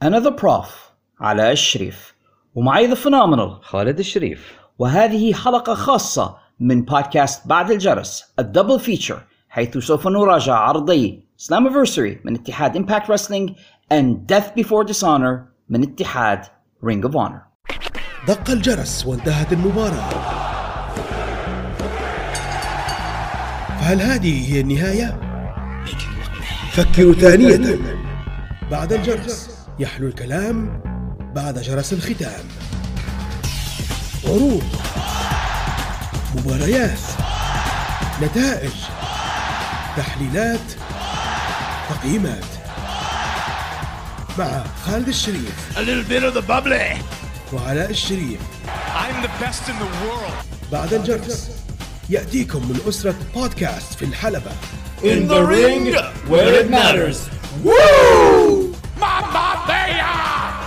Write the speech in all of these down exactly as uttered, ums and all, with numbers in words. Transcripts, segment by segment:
أنا ذا بروف علاء الشريف، ومعي ذا فينومينال خالد الشريف، وهذه حلقة خاصة من بودكاست بعد الجرس الدبل فيتشر، حيث سوف نراجع عرضي Slammiversary من اتحاد Impact Wrestling and Death Before Dishonor من اتحاد Ring of Honor. دق الجرس وانتهت المباراة، فهل هذه هي النهاية؟ فكروا ثانية. بعد الجرس يحلو الكلام بعد جرس الختام. عروض، مباريات، نتائج، تحليلات، تقييمات، مع خالد الشريف A little bit of the bubbly وعلاء الشريف. I'm the best in the world. بعد الجرس يأتيكم من أسرة بودكاست في الحلبة. In the ring where it matters. Woo! Mamma mia!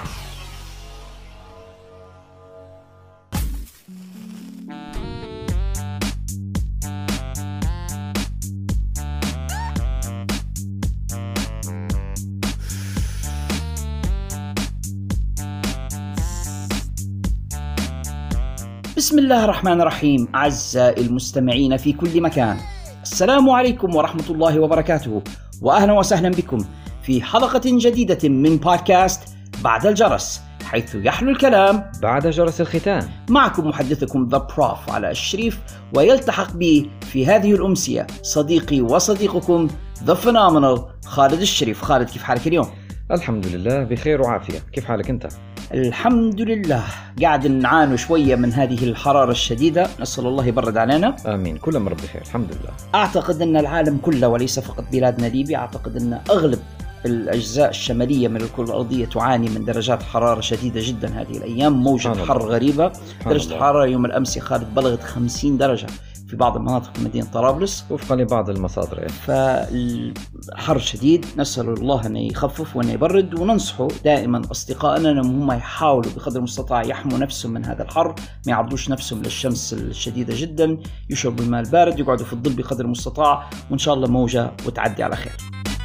بسم الله الرحمن الرحيم. أعزائي المستمعين في كل مكان، السلام عليكم ورحمة الله وبركاته، وأهلا وسهلا بكم في حلقة جديدة من بودكاست بعد الجرس، حيث يحلو الكلام بعد جرس الختام. معكم محدثكم ذا بروف علاء الشريف، ويلتحق بي في هذه الأمسية صديقي وصديقكم ذا فينومينال خالد الشريف. خالد، كيف حالك اليوم؟ الحمد لله بخير وعافية. كيف حالك أنت؟ الحمد لله، قاعد نعاني شوية من هذه الحرارة الشديدة، نسأل الله يبرد علينا. آمين، كل مرة بخير الحمد لله. أعتقد أن العالم كله وليس فقط بلادنا ليبيا، أعتقد أن أغلب الأجزاء الشمالية من الكرة الأرضية تعاني من درجات حرارة شديدة جدا هذه الأيام، موجة حر غريبة. درجة الحرارة يوم الأمس يا خالد بلغت خمسين درجة في بعض المناطق في مدينة طرابلس وفقا لبعض المصادر. فالحر شديد، نسأل الله أن يخفف وأن يبرد، وننصحه دائما أصدقائنا أنهم هم يحاولوا بقدر المستطاع يحموا نفسهم من هذا الحر، ما يعرضوش نفسهم للشمس الشديدة جدا، يشربوا الماء البارد، يقعدوا في الظل بقدر المستطاع، وإن شاء الله موجة وتعدي على خير.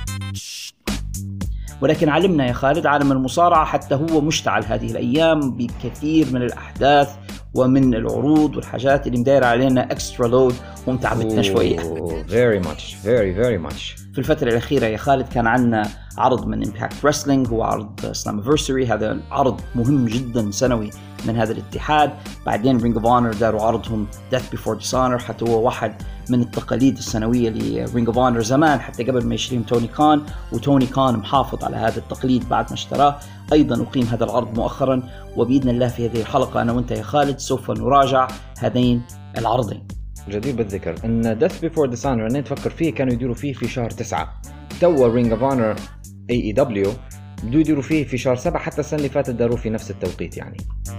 ولكن علمنا يا خالد، عالم المصارعة حتى هو مشتعل هذه الأيام بكثير من الأحداث ومن العروض والحاجات اللي مدايرة علينا extra load ومتعبتنا شوية. very much very very much. في الفترة الأخيرة يا خالد كان عندنا عرض من Impact Wrestling، هو عرض Slammiversary، هذا عرض مهم جدا سنوي من هذا الاتحاد. بعدين Ring of Honor داروا عرضهم Death Before Dishonor، حتى هو واحد من التقاليد السنوية ل Ring of Honor زمان، حتى قبل ما يشتريهم توني كان، وتوني كان محافظ على هذا التقليد بعد ما اشتراه. أيضا أقيم هذا العرض مؤخرا، وبإذن الله في هذه الحلقة أنا وأنت يا خالد سوف نراجع هذين العرضين. جدير بالذكر أن Death Before Dishonor أنا تفكر فيه كانوا يديروا فيه في شهر تسعة، توا Ring of Honor إيه إي دبليو بدو يديروا فيه في شهر سبعة، حتى السنة اللي فاتت داروا في نفس التوقيت يعني.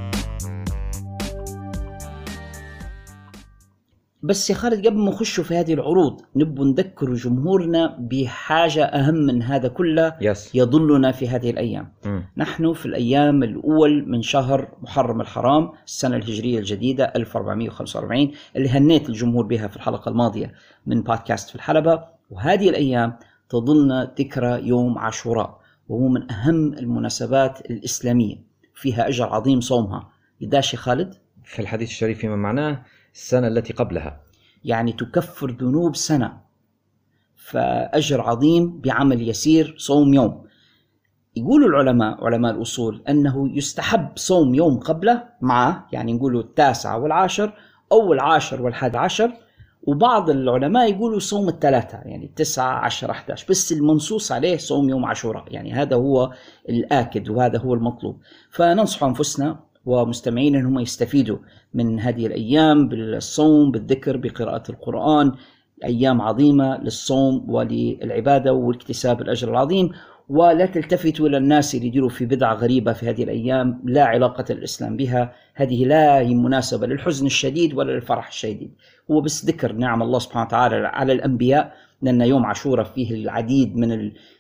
بس يا خالد قبل ما نخشوا في هذه العروض نبغى نذكر جمهورنا بحاجة أهم من هذا كله yes. يضلنا في هذه الأيام. م. نحن في الأيام الأول من شهر محرم الحرام، السنة الهجرية الجديدة ألف وأربعمائة وخمسة وأربعين، اللي هنيت الجمهور بها في الحلقة الماضية من بودكاست في الحلبة. وهذه الأيام تظلنا ذكرى يوم عاشوراء، وهو من أهم المناسبات الإسلامية، فيها أجر عظيم صومها. قداش يا خالد؟ في الحديث الشريف فيما معناه السنة التي قبلها، يعني تكفر ذنوب سنة، فأجر عظيم بعمل يسير صوم يوم. يقولوا العلماء علماء الأصول أنه يستحب صوم يوم قبله معه، يعني نقولوا التاسع والعاشر أو العاشر والحاد عشر، وبعض العلماء يقولوا صوم الثلاثة، يعني التسعة عشر أحد عشر، بس المنصوص عليه صوم يوم عاشوراء، يعني هذا هو الآكد وهذا هو المطلوب. فننصح أنفسنا ومستمعين أنهم يستفيدوا من هذه الأيام بالصوم، بالذكر، بقراءة القرآن، أيام عظيمة للصوم وللعبادة والاكتساب الأجر العظيم. ولا تلتفتوا إلى الناس اللي يديروا في بدعة غريبة في هذه الأيام لا علاقة الإسلام بها، هذه لا هي مناسبة للحزن الشديد ولا للفرح الشديد، هو بس ذكر نعم الله سبحانه وتعالى على الأنبياء، لأن يوم عاشوراء فيه العديد من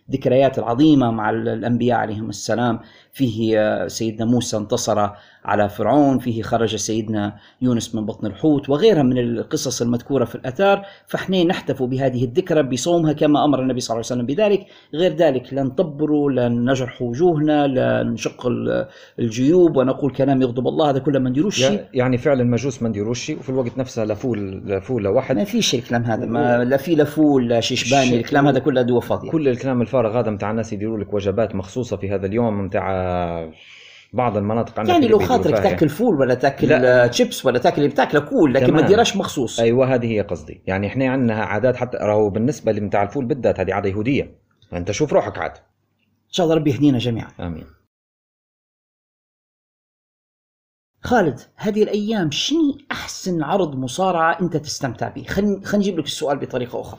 الذكريات العظيمة مع الأنبياء عليهم السلام. فيه سيدنا موسى انتصر على فرعون، فيه خرج سيدنا يونس من بطن الحوت، وغيرها من القصص المذكورة في الآثار. فإحنا نحتفل بهذه الذكرى بصومها كما أمر النبي صلى الله عليه وسلم بذلك. غير ذلك لن نطبروا، لن نجرح وجوهنا، لن نشق الجيوب ونقول كلام يغضب الله، هذا كله ما نديروش شيء. يعني فعل المجوس ما نديروش شيء، وفي الوقت نفسه لفول لفول لواحد ما فيش الكلام هذا، ما لا في لفول لا شيشباني، الكلام هذا كله دوا فاضية. كل الكلام الفارغ هذا متاع الناس يديروا لك وجبات مخصوصة في هذا اليوم متاع بعض المناطق عندنا. يعني لو خاطرك تاكل فول ولا تاكل تشيبس ولا تاكل اللي بتاكله كول، لكن ما تديرش مخصوص. ايوه هذه هي قصدي. يعني احنا عندنا عادات، حتى راهو بالنسبه لمتاع الفول بالذات هذه عاده يهوديه، انت شوف روحك عاد. ان شاء الله ربي يهدينا جميعا. امين. خالد، هذه الايام شنو احسن عرض مصارعه انت تستمتع به؟ خلينا خلينا نجيب لك السؤال بطريقه اخرى.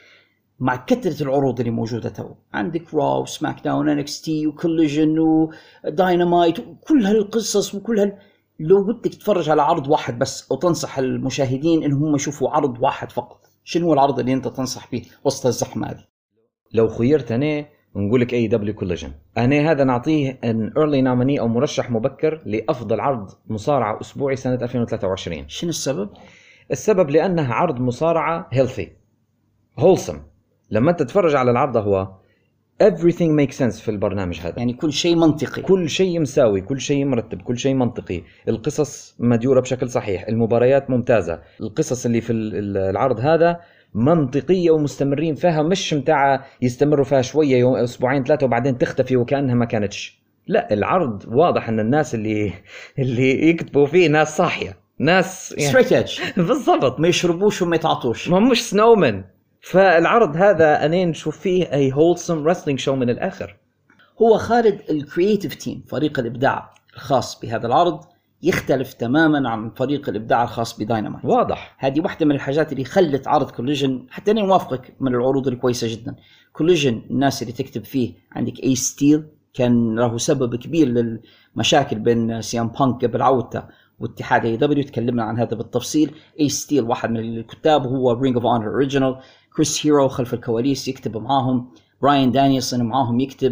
مع كثرة العروض اللي موجودة تو، عندك راو وسماك داون ان اكس تي وكوليجن وداينامايت وكل هالقصص وكل هال، لو بدك تتفرج على عرض واحد بس، او تنصح المشاهدين ان هم يشوفوا عرض واحد فقط، شنو هو العرض اللي انت تنصح به وسط الزحمة هذه؟ لو خيرت انا نقول لك اي دبليو كوليجن. انا هذا نعطيه ان ايرلي نوميني او مرشح مبكر لافضل عرض مصارعة اسبوعي سنة ألفين وثلاثة وعشرين. شنو السبب؟ السبب لانه عرض مصارعة هيلثي هولسم. لما انت تتفرج على العرض هو everything makes sense في البرنامج هذا، يعني كل شيء منطقي، كل شيء مساوي، كل شيء مرتب، كل شيء منطقي، القصص مديورة بشكل صحيح، المباريات ممتازة، القصص اللي في العرض هذا منطقية ومستمرين فيها، مش متاع يستمروا فيها شوية يوم اسبوعين ثلاثة وبعدين تختفي وكأنها ما كانتش. لا، العرض واضح ان الناس اللي اللي يكتبوا فيه ناس صاحية، ناس ستريت ايدج بالضبط، ما يشربوش وما يتعطوش، ما مش سنومن. فالعرض هذا أنا نشوف فيه أي هولسم رسلينج شو من الآخر. هو خالد الكرييتيف تيم، فريق الإبداع الخاص بهذا العرض يختلف تماما عن فريق الإبداع الخاص بداينامايت. واضح. هذه واحدة من الحاجات اللي خلت عرض كوليجن، حتى أنا موافقك، من العروض الكويسة جدا. كوليجن الناس اللي تكتب فيه، عندك اي ستيل كان له سبب كبير للمشاكل بين سيام بانك قبل عودته واتحاد اي دبليو، تكلمنا عن هذا بالتفصيل. اي ستيل واحد من الكتاب، هو رينج اوف اونر اوريجينال. كريس هيرو خلف الكواليس يكتب معاهم، براين دانيلسون معاهم يكتب،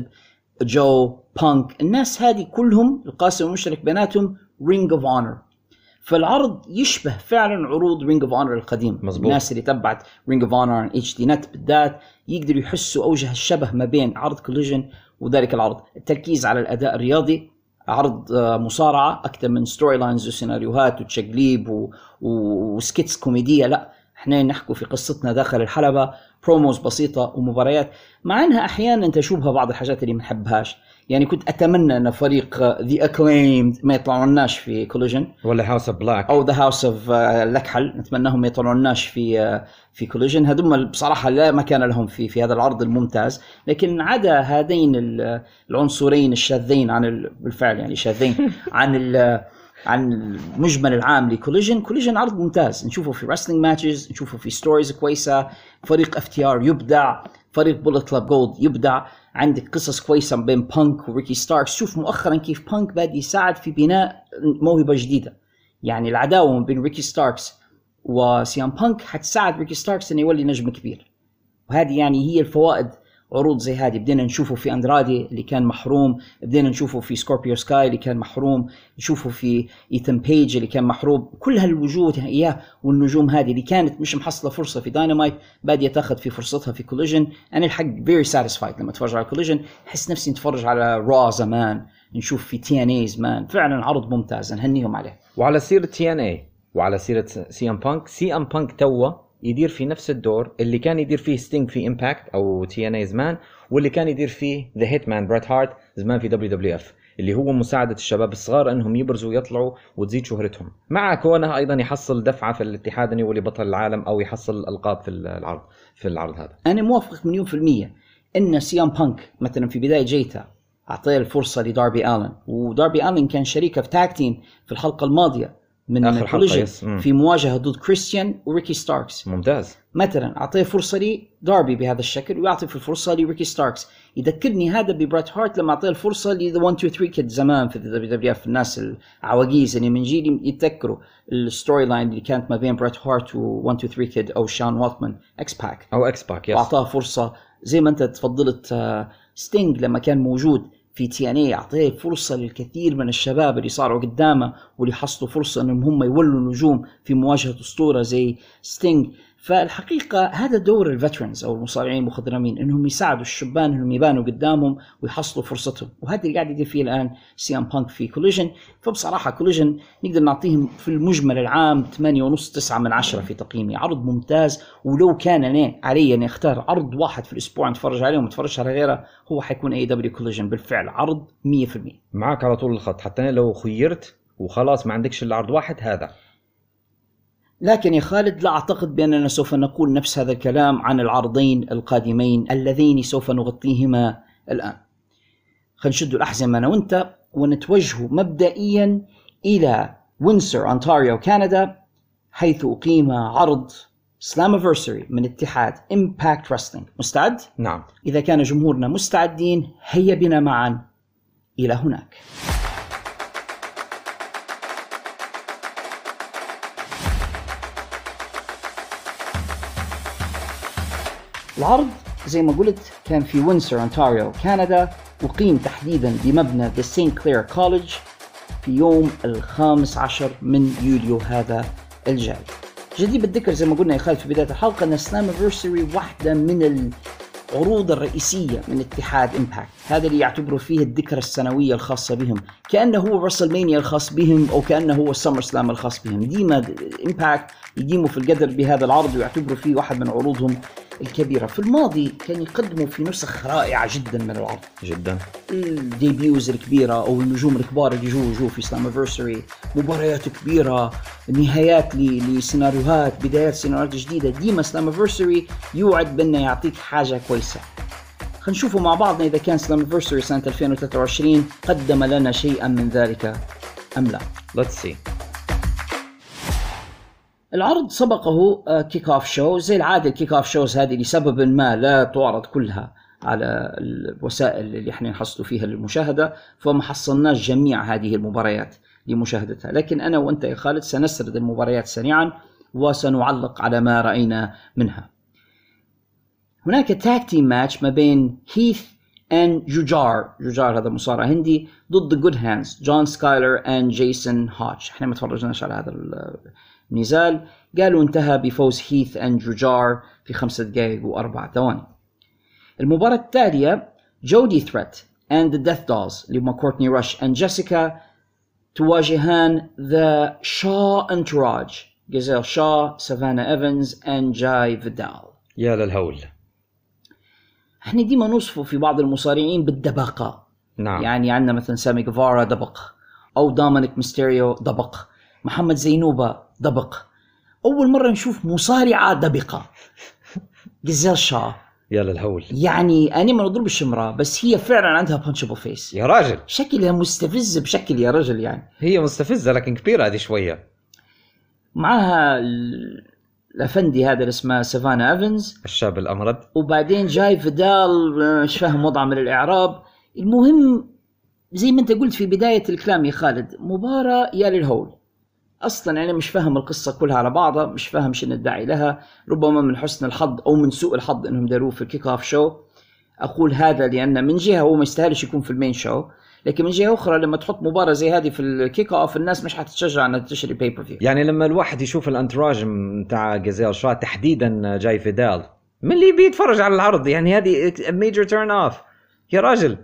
جو بانك، الناس هذه كلهم القاسم المشترك بيناتهم رينج اوف اونر. فالعرض يشبه فعلا عروض رينج اوف اونر القديم. مزبوط. الناس اللي تبعت رينج اوف اونر اتش دي نت بالذات يقدروا يحسوا اوجه الشبه ما بين عرض كوليجن وذلك العرض. التركيز على الاداء الرياضي، عرض مصارعة أكثر من ستوري لاينز وسيناريوهات وتشقليب و... وسكيتس كوميدية. لا، احنا نحكوا في قصتنا داخل الحلبة، بروموز بسيطة ومباريات، مع انها احيانا تشوبها بعض الحاجات اللي ما نحبهاش. يعني كنت اتمنى ان فريق ذا اكليمد ما يطلعوناش في كوليجن، ولا هاوس اوف بلاك او ذا هاوس اوف لكحل، نتمناهم ما يطلعوناش في في كوليجن. هذول بصراحه لا مكان لهم في في هذا العرض الممتاز. لكن عدا هذين العنصرين الشاذين عن بالفعل، يعني شاذين عن عن المجمل العام لكوليجن، كوليجن عرض ممتاز. نشوفه في رسلينج ماتشز، نشوفه في ستوريز كويسه، فريق اف تي ار يبدع، فريق بولت كلاب جولد يبدع، عندك قصص كويسه بين بانك وريكي ستاركس. شوف مؤخرا كيف بانك بادي يساعد في بناء موهبه جديده. يعني العداوه بين ريكي ستاركس وسيام بانك حتساعد ريكي ستاركس انه يولي نجم كبير، وهذه يعني هي الفوائد عروض زي هذه. بدينا نشوفه في أندرادي اللي كان محروم، بدينا نشوفه في سكوربيو سكاي اللي كان محروم، نشوفه في إيثان بيج اللي كان محروم. كل هالوجود إياه والنجوم هذه اللي كانت مش محصلة فرصة في داينامايت بادية تاخذ في فرصتها في كوليجن. أنا الحق very satisfied لما أتفرج على كوليجن، أحس نفسي نتفرج على را زمان، نشوف في تي ان اي زمان. فعلا عرض ممتاز، نهنيهم عليه. وعلى سيرة تي ان اي وعلى سيرة سي ام بانك، سي ام بانك توا يدير في نفس الدور اللي كان يدير فيه ستينج في امباكت او تي ان اي زمان، واللي كان يدير فيه ذا هيتمان بريت هارت زمان في دبليو دبليو اف، اللي هو مساعدة الشباب الصغار انهم يبرزوا ويطلعوا وتزيد شهرتهم، مع كونه ايضا يحصل دفعة في الاتحاد انه يولي بطل العالم او يحصل القاب في العرض في العرض هذا. انا موافق مليون في المية ان سي ام بانك مثلا في بداية جيته اعطيه الفرصة لداربي آلن، وداربي آلن كان شريكه في تاك تيم في الحلقة الماضية من آخر حلقة، كوليجن يس. مم. في مواجهة ضد كريستيان وريكي ستاركس. ممتاز. مثلا أعطيه فرصة لي داربي بهذا الشكل ويعطي في الفرصة لريكي ستاركس. يذكرني هذا ببرات هارت لما أعطيه الفرصة لذا واحد اثنين ثلاثة كيد زمان في دبليو دبليو اف. الناس العواجيز اللي من جيلي يتذكروا الستوري لاين اللي كانت ما بين برات هارت و واحد اثنين ثلاثة كيد أو شان واتمان اكس باك أو اكس باك، يس. وأعطاه فرصة زي ما أنت تفضلت ستينج لما كان موجود في تي ان اي، اعطيه فرصه للكثير من الشباب اللي صاروا قدامه واللي حصلوا فرصه انهم هم يولوا نجوم في مواجهه اسطوره زي ستينج. فالحقيقه هذا دور الفيترنز او المصارعين المخضرمين، انهم يساعدوا الشبان انهم يبانوا قدامهم ويحصلوا فرصتهم، وهذا اللي قاعد يدير فيه الان سي ام بانك في كوليجن. فبصراحه كوليجن نقدر نعطيهم في المجمل العام ثمانية ونص تسعة من عشرة في تقييمي. عرض ممتاز، ولو كان أنا علي أن اختار عرض واحد في الاسبوع نتفرج عليه وما نتفرجش على غيره هو حيكون اي دبليو كوليجن. بالفعل عرض مية بالمية معك على طول الخط. حتى أنا لو خيرت وخلاص ما عندكش إلا عرض واحد هذا. لكن يا خالد لا أعتقد بأننا سوف نقول نفس هذا الكلام عن العرضين القادمين اللذين سوف نغطيهما الآن. خلينا نشد الأحزمة أنا وأنت ونتوجه مبدئيا إلى وينسور أونتاريو كندا، حيث أقيم عرض سلاميفرساري من اتحاد إمباكت رسلينج. مستعد؟ نعم. إذا كان جمهورنا مستعدين هيا بنا معا إلى هناك. العرض زي ما قلت كان في وينسور أونتاريو كندا، وقيم تحديدا بمبنى The Saint Clair College في يوم الخامس عشر من يوليو هذا الجاي. جدير بالذكر زي ما قلنا يا خالد في بداية الحلقة أن سلاميفرساري واحدة من العروض الرئيسية من اتحاد إمباكت، هذا اللي يعتبروا فيه الذكرى السنوية الخاصة بهم، كأنه هو رسلمانيا الخاص بهم أو كأنه هو السمر سلام الخاص بهم. ديما إمباكت يقيموا في القدر بهذا العرض ويعتبروا فيه واحد من عروضهم الكبيرة. في الماضي كان يقدموا في نسخ رائعة جدا من العرض جدا. الديبيوز الكبيرة أو النجوم الكبار اللي جو جو في سلاميفرساري، مباريات كبيرة، نهايات لسيناريوهات، بدايات سيناريوهات جديدة. ديما سلاميفرساري يوعد بأنه يعطيك حاجة كويسة. خلينا نشوفوا مع بعضنا إذا كان سلاميفرساري سنة ألفين وثلاثة وعشرين قدم لنا شيئا من ذلك أم لا. Let's see. العرض سبقه كيك اوف شو. زي العادة الكيك اوف شوز هذه لسبب ما لا تعرض كلها على الوسائل اللي احنا نحصلوا فيها للمشاهدة، فما حصلناش جميع هذه المباريات لمشاهدتها، لكن أنا وأنت يا خالد سنسرد المباريات سريعا وسنعلق على ما رأينا منها. هناك تاك تيم ماتش ما بين هيث and جوجار. جوجار هذا مصارع هندي ضد جود هاندز جون سكايلر and جيسون هاتش. احنا ما تفرجناش على هذا النزال. قالوا انتهى بفوز هيث and جوجار في خمسة دقائق وأربع ثواني. المباراة التالية جودي ثريت and the Death Dolls اللي هم كورتني راش and جيسيكا تواجهان the Shaw Entourage جيزيل شا، سافانا إيفنز and جاي فيدال. يا للهول. احنا ديما نوصفه في بعض المصارعين بالدباقة. نعم. يعني عندنا مثلا سامي جيفارا دبق، أو دومينيك ميستيريو دبق، محمد زينوبة دبق. أول مرة نشوف مصارعة دبقة جيزيل شا. يا للهول. يعني أنا ما نضرب الشمرة بس هي فعلا عندها بانشبل فيس يا راجل. شكلها مستفز بشكل يا رجل. يعني هي مستفزة لكن كبيرة هذه شوية. معها الأفندي هذا اللي اسمه سافانا إيفنز الشاب الأمرد، وبعدين جاي فيدال مش فاهم وضعه من الإعراب. المهم زي ما أنت قلت في بداية الكلام يا خالد، مباراة يا للهول. أصلا أنا مش فاهم القصة كلها على بعضها، مش فاهم شنو الداعي لها. ربما من حسن الحظ أو من سوء الحظ إنهم داروه في الكيك أوف شو. أقول هذا لأن من جهة هو ما يستاهلش يكون في المين شو، لكن من جهة أخرى لما تحط مباراة زي هذه في الكيك أوف الناس مش حتتشجع أنها تشتري بيبر فيو. يعني لما الواحد يشوف الانتراج متاع جيزيل شا تحديدا جاي فيدال، من اللي بيتفرج على العرض يعني هذه ميجر تيرن أوف يا راجل.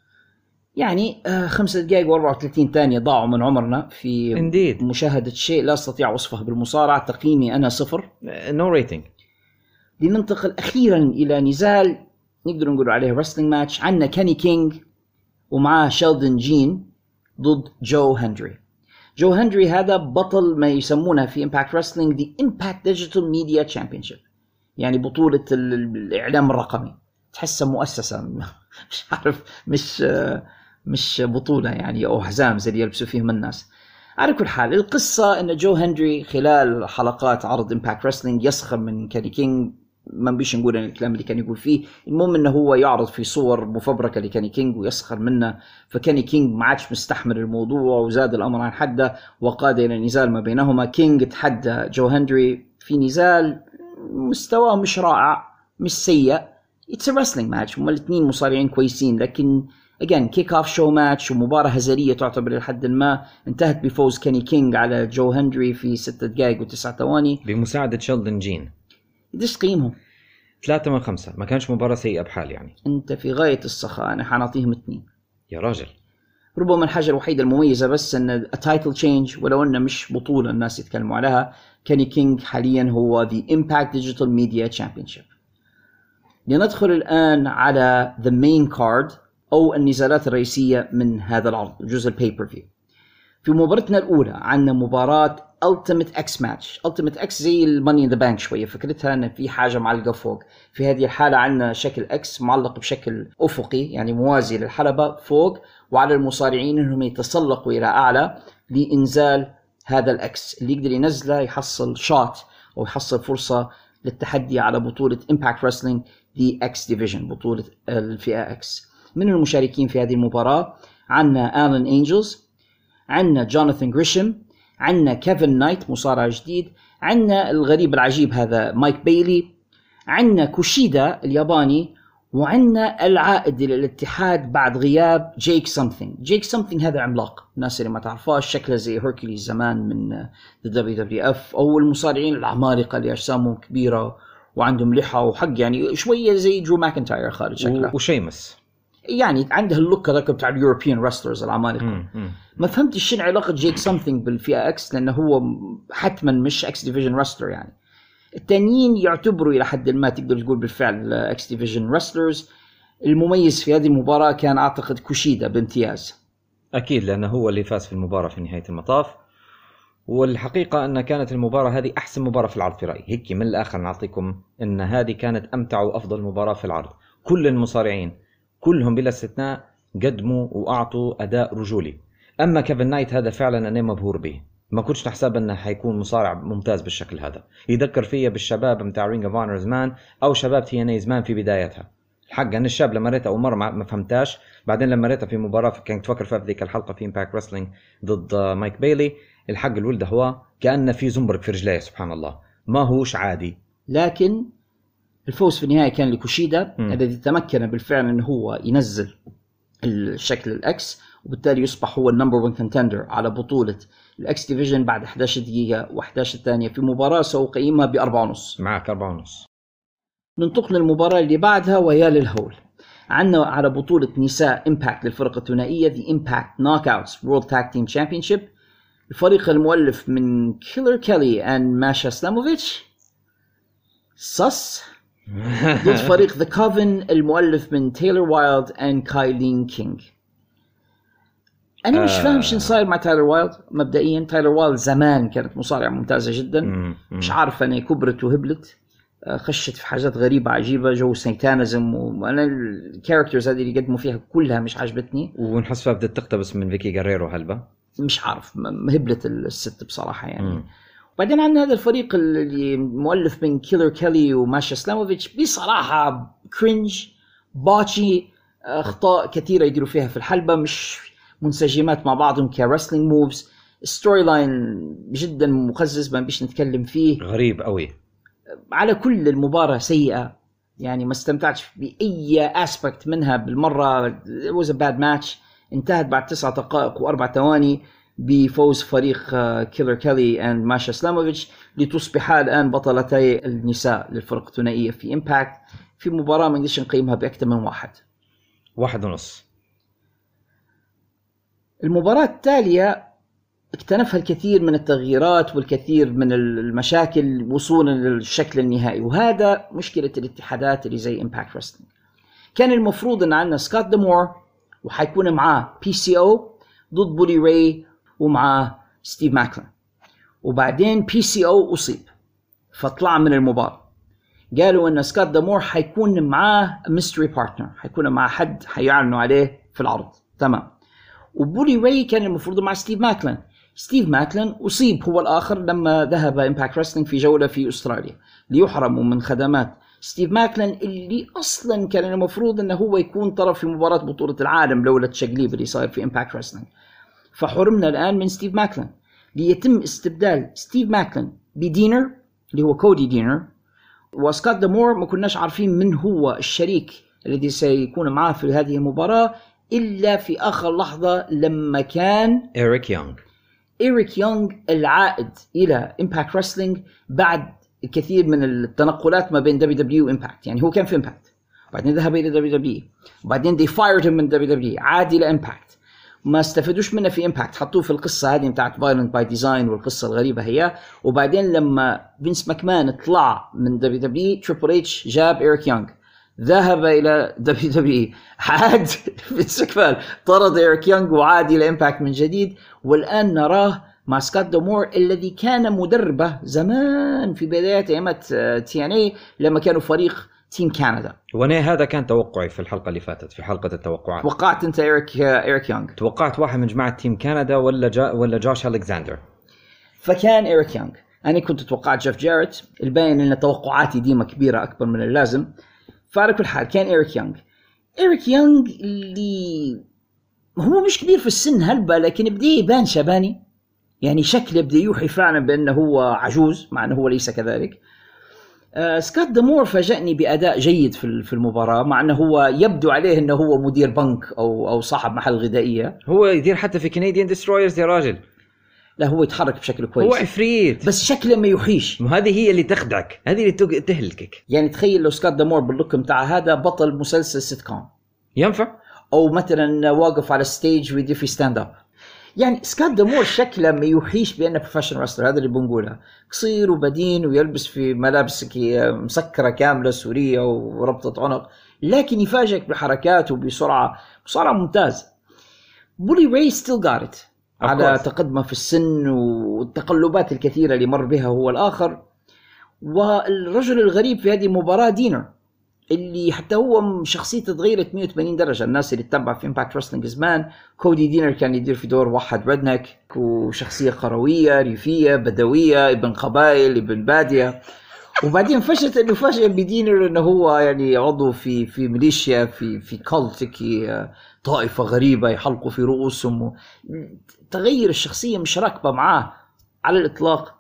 يعني آه خمسة دقائق وأربعة وثلاثين ثانية ضاعوا من عمرنا في Indeed. مشاهدة شيء لا أستطيع وصفه بالمصارعة. تقييمي أنا صفر. نو ريتنج. لننتقل أخيرا إلى نزال نقدر نقول عليه رسلينج ماتش. عندنا كيني كينج ومعاه شيلدن جين ضد جو هنري. جو هنري هذا بطل ما يسمونها في إمباكت رسلينج دي إمباكت ديجيتال ميديا تشامبيونشيب، يعني بطولة الإعلام الرقمي. تحسها مؤسسة مش عارف، مش مش بطولة يعني أو حزام زي اللي يلبسوا فيهم الناس. على كل حال القصة أن جو هنري خلال حلقات عرض إمباكت رسلينج يسخر من كاني كينج. ما بيش نقول أن الكلام اللي كان يقول فيه، المهم أنه هو يعرض في صور مفبركة لكاني كينج ويسخر منه، فكاني كينج ما عادش مستحمل الموضوع وزاد الأمر عن حده وقاد إلى نزال ما بينهما. كينج تحدى جو هنري في نزال مستواه مش رائع مش سيء، it's a wrestling match، هما الاثنين مصارعين كويسين، لكن again kick off show match ومباراة هزلية تعتبر لحد ما، انتهت بفوز كاني كينج على جو هنري في ستة دقائق وتسعة ثواني بمساعدة شيلدن جين. قديش تقييمهم؟ ثلاثة من خمسة، ما كانش مباراة سيئة بحال يعني. انت في غاية السخاء، انا حنعطيهم اثنين يا راجل. ربما الحاجة الوحيدة المميزة بس ان التايتل تشينج، ولو انه مش بطولة الناس يتكلموا عليها، كاني كينج حاليا هو the Impact Digital Media Championship. لندخل الآن على the main card أو النزالات الرئيسية من هذا العرض، جزء الباي بير فيو. في مباراتنا الأولى عندنا مباراة Ultimate X Match. Ultimate X زي الماني in the bank شوية، فكرتها أن في حاجة معلقة فوق. في هذه الحالة عندنا شكل X معلق بشكل أفقي يعني موازي للحلبة فوق، وعلى المصارعين أنهم يتسلقوا إلى أعلى لإنزال هذا الأكس. اللي يقدر ينزله يحصل شوت أو يحصل فرصة للتحدي على بطولة Impact Wrestling The X Division، بطولة الفئة X. من المشاركين في هذه المباراة عندنا آلان أنجلز، عندنا جوناثان غريشم، عندنا كيفن نايت مصارع جديد، عندنا الغريب العجيب هذا مايك بايلي، عندنا كوشيدا الياباني، وعندنا العائد إلى الاتحاد بعد غياب جيك سامثينج. جيك سامثينج هذا عملاق، الناس اللي ما تعرفاش شكله زي هيركوليز زمان من دبليو دبليو اف، أو المصارعين العمالقة اللي أجسامهم كبيرة وعندهم لحى وحق، يعني شوية زي درو ماكنتاير خارج شكله وشيمس، يعني عنده اللوك هذاك بتاع اليوروبيان رستلرز العمالقة. ما فهمت شنو علاقة جيك سامثينج بالفئة اكس، لأنه هو حتما مش اكس ديفيجن رستلر يعني. التانيين يعتبروا إلى حد ما تقدر تقول بالفعل اكس ديفيجن رستلرز. المميز في هذه المباراة كان أعتقد كوشيدا بامتياز، أكيد لأنه هو اللي فاز في المباراة في نهاية المطاف. والحقيقة أن كانت المباراة هذه أحسن مباراة في العرض في رأيي. هيك من الآخر نعطيكم أن هذه كانت أمتع وأفضل مباراة في العرض. كل المصارعين كلهم بلا استثناء قدموا وأعطوا أداء رجولي. أما كيفن نايت هذا فعلا أنا مبهور به، ما كنتش نحسب أنه حيكون مصارع ممتاز بالشكل هذا. يذكر فيا بالشباب متاع رينج اوف اونر زمان أو شباب تي ان اي زمان في بدايتها. الحق أن الشاب لما ريته أول مرة ما فهمتاش، بعدين لما ريته في مباراة كنت تفكر فيها في ذيك الحلقة في امباكت رسلينج ضد مايك بايلي، الحق الولد هو كأنه في زنبرك في رجليه سبحان الله، ما هوش عادي. لكن الفوز في النهاية كان لكوشيدا الذي تمكن بالفعل أنه هو ينزل الشكل الأكس، وبالتالي يصبح هو النمبر ون كونتندر على بطولة الأكس ديفيجن بعد إحدى عشرة دقيقة وإحدى عشرة ثانية في مباراة سأقيمها بأربعة ونص. معك أربعة ونص. ننتقل للمباراة اللي بعدها وهي للهول. عندنا على بطولة نساء إمباكت للفرقة الثنائية The Impact Knockouts World Tag Team Championship. الفريق المؤلف من كيلر كيلي and ماشا سلاموفيتش صص ضد فريق The Coven المؤلف من تايلر وايلد and كايلين كينج. أنا مش فاهم شو صاير مع تايلر وايلد. مبدئيا تايلر وايلد زمان كانت مصارعة ممتازة جدا، مش عارف أنا كبرت وهبلت، خشت في حاجات غريبة عجيبة جو سيتانزم، وأنا الكاركترز هذه اللي قدموا فيها كلها مش عجبتني، ونحس فيها بدأت تقتبس من فيكي غاريرو هلبة، مش عارف هبلت الست بصراحة يعني. م. وبعدين عندنا هذا الفريق اللي مؤلف من كيلر كيلي وماشا سلاموفيتش بصراحة كرينج باتشي، أخطاء كثيرة يديروا فيها في الحلبة، مش منسجمات مع بعضهم كرسلينج موفز. ستوري لاين جدا مقزز ما بيش نتكلم فيه، غريب قوي. على كل المباراة سيئة يعني، ما استمتعتش بأي أسبكت منها بالمرة. it was a bad match. انتهت بعد تسعة دقائق وأربع ثواني بفوز فريق كيلر كيلي and ماشا سلاموفيتش لتصبحا الآن بطلتي النساء للفرق الثنائية في إمباكت في مباراة ما نقدرش نقيمها بأكثر من واحد واحد ونص. المباراة التالية اكتنفها الكثير من التغييرات والكثير من المشاكل وصولا للشكل النهائي، وهذا مشكلة الاتحادات اللي زي إمباكت رسلينج. كان المفروض أن عندنا سكوت دامور وحيكون معاه بي سي او ضد بولي راي ومعاه ستيف ماكلين، وبعدين بي سي او أصيب فطلع من المباراة. قالوا أن سكوت دامور حيكون معاه ميستري بارتنر، حيكون معاه حد حيعلنوا عليه في العرض، تمام. وبولي راي كان المفروض مع ستيف ماكلين. ستيف ماكلين أصيب هو الآخر لما ذهب إمباكت رسلينج في جولة في أستراليا ليحرموا من خدمات ستيف ماكلين اللي أصلا كان المفروض أنه هو يكون طرف في مباراة بطولة العالم لولا التشقليب اللي صار في إمباكت رسلينج. فحرمنا الآن من ستيف ماكلين ليتم استبدال ستيف ماكلين بدينر اللي هو كودي دينر. وسكوت دامور ما كناش عارفين من هو الشريك الذي سيكون معه في هذه المباراة إلا في آخر لحظة لما كان إيريك يونغ إيريك يونغ العائد إلى إمباكت رسلينج بعد الكثير من التنقلات ما بين دبليو دبليو وإمباكت. يعني هو كان في إمباكت وبعدين ذهب إلى دبليو دبليو وبعدين they fired him من دبليو دبليو عاد إلى إمباكت. ما استفدوش منه في إمباكت حطوه في القصة هذه بتاعت Violent by Design والقصة الغريبة هي. وبعدين لما فينس ماكمان طلع من دبليو دبليو تريبل اتش جاب إيريك يونغ ذهب إلى دبليو دبليو عاد فينس ماكمان طرد إيريك يونغ وعاد إلى إمباكت من جديد. والآن نراه مع سكوت دامور الذي كان مدربه زمان في بدايات أيامات تي ان اي لما كانوا فريق تيم كندا. وانا هذا كان توقعي في الحلقة اللي فاتت في حلقة التوقعات. توقعت أنت إيريك إيريك يونغ؟ توقعت واحد من جماعة تيم كندا ولا جا ولا جوش ألكساندر؟ فكان إيريك يونغ. أنا كنت توقعت جيف جاريت. الباين أن توقعاتي ديما كبيرة أكبر من اللازم. فعلى كل حال كان إيريك يونغ. إيريك يونغ اللي هو مش كبير في السن هلبة لكن بدأ يبان شباني. يعني شكله بدأ يوحي فعلا بأنه هو عجوز مع أنه هو ليس كذلك. آه سكوت دامور فاجأني بأداء جيد في في المباراة مع أنه هو يبدو عليه أنه هو مدير بنك أو أو صاحب محل غذائية. هو يدير حتى في كنديان ديسترويرز يا راجل. لا هو يتحرك بشكل كويس. هو عفريت بس شكله ما يوحيش. هذه هي اللي تخدعك هذه اللي تهلكك. يعني تخيل لو سكوت دامور باللوك متاع هذا بطل مسلسل سيت كوم ينفع. أو مثلا واقف على ستيج ويدير في ستاند أب. يعني سكوت دامور شكله ما يوحيش بأنه بروفيشنال رستلر. هذا اللي بنقولها قصير وبدين ويلبس في ملابس مسكرة كاملة سورية وربطة عنق لكن يفاجئك بحركات وبسرعة بسرعة ممتاز. بولي راي still got it على تقدمه في السن والتقلبات الكثيرة اللي مر بها هو الآخر. والرجل الغريب في هذه المباراة دينر اللي حتى هو شخصيته تغيرت مية وثمانين درجة. الناس اللي تتبع في إمباكت رسلينج زمان كودي دينر كان يدير في دور واحد ريدنك وشخصية قروية ريفية بدوية ابن قبائل ابن بادية. وبعدين فشلت انه فاجئ بدينر انه هو يعني عضو في في ميليشيا في في كولتكي طائفة غريبة يحلقوا في رؤوسهم. تغير الشخصية مش راكبة معاه على الإطلاق.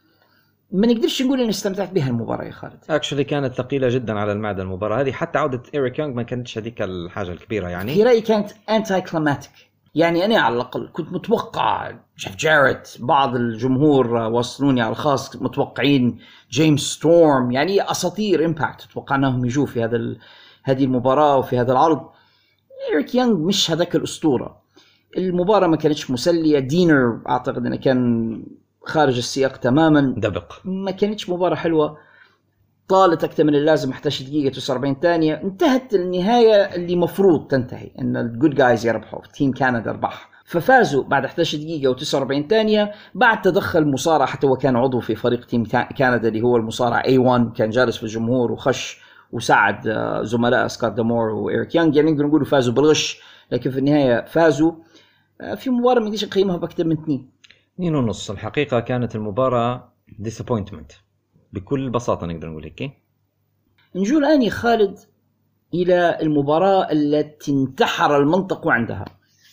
ما نقدرش نقول اني استمتعت بها المباراة يا خالد. اكشلي كانت ثقيلة جدا على المعدة المباراة هذه. حتى عودة إيريك يونغ ما كانتش هذيك الحاجة الكبيرة يعني. في رأيي كانت انتي كليماتيك. يعني انا على الاقل كنت متوقع جيف جاريت. بعض الجمهور وصلوني على الخاص متوقعين جيمس ستورم يعني اساطير امباكت توقعناهم يجوا في هذا هذه المباراة وفي هذا العرض. إيريك يونغ مش هذاك الأسطورة. المباراة ما كانتش مسلية. دينر اعتقد انه كان خارج السياق تماما. دبق. ما كانتش مباراة حلوة. طالت أكثر من اللازم إحدى عشرة دقيقة وتسعة وأربعين ثانية. انتهت النهاية اللي مفروض تنتهي إن الجود جايز يربحوا تيم كندا ربح. ففازوا بعد إحدى عشرة دقيقة وتسعة وأربعين ثانية بعد تدخل مصارع. حتى هو كان عضو في فريق تيم كندا اللي هو المصارع إيه وان كان جالس في الجمهور وخش وساعد زملاء سكوت دامور وإيريك يونغ. يعني نقدر نقول فازوا بالغش لكن في النهاية فازوا في مباراة ما نقدرش نقيمها بأكثر من اثنين. اثنين ونص. الحقيقة كانت المباراة disappointment بكل بساطة نقدر نقول هيك. نجول الآن يا خالد إلى المباراة التي انتحر المنطق عندها.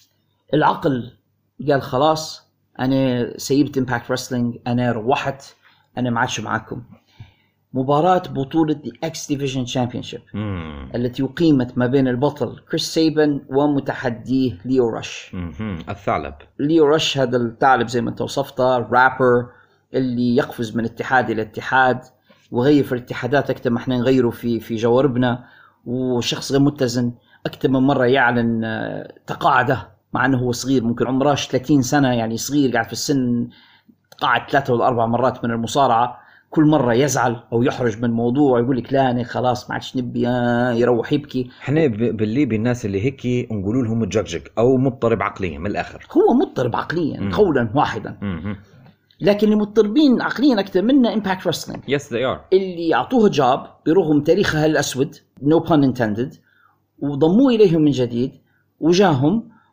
العقل قال خلاص أنا سيبت إمباكت رسلينج أنا روحت أنا ما عادش معاكم. مباراة بطولة The X Division Championship مم. التي أقيمت ما بين البطل كريس سيبن ومتحديه ليو رش. مم. الثعلب. ليو رش هذا الثعلب زي ما انت وصفته رابر اللي يقفز من اتحاد إلى اتحاد وغير في الاتحادات أكثر ما احنا نغيره في في جواربنا. وشخص غير متزن أكثر من مرة يعلن تقاعده مع أنه هو صغير ممكن عمره ثلاثين سنة يعني صغير قاعد في السن. تقاعد ثلاثة ولا أربع مرات من المصارعة. كل مرة يزعل أو يحرج من موضوع يقول لك لا أنا خلاص ما عادش نبي يروح يبكي. احنا بالليبي الناس اللي هيك نقولوا لهم متججج أو مضطرب عقليا من الآخر. هو مضطرب عقليا مم. قولا واحدا. مم. لكن اللي مضطربين عقليا أكثر منا إمباكت رسلينج. Yes they are. اللي يعطوه جاب برغم تاريخها الأسود no pun intended وضموه إليهم من جديد وجاهم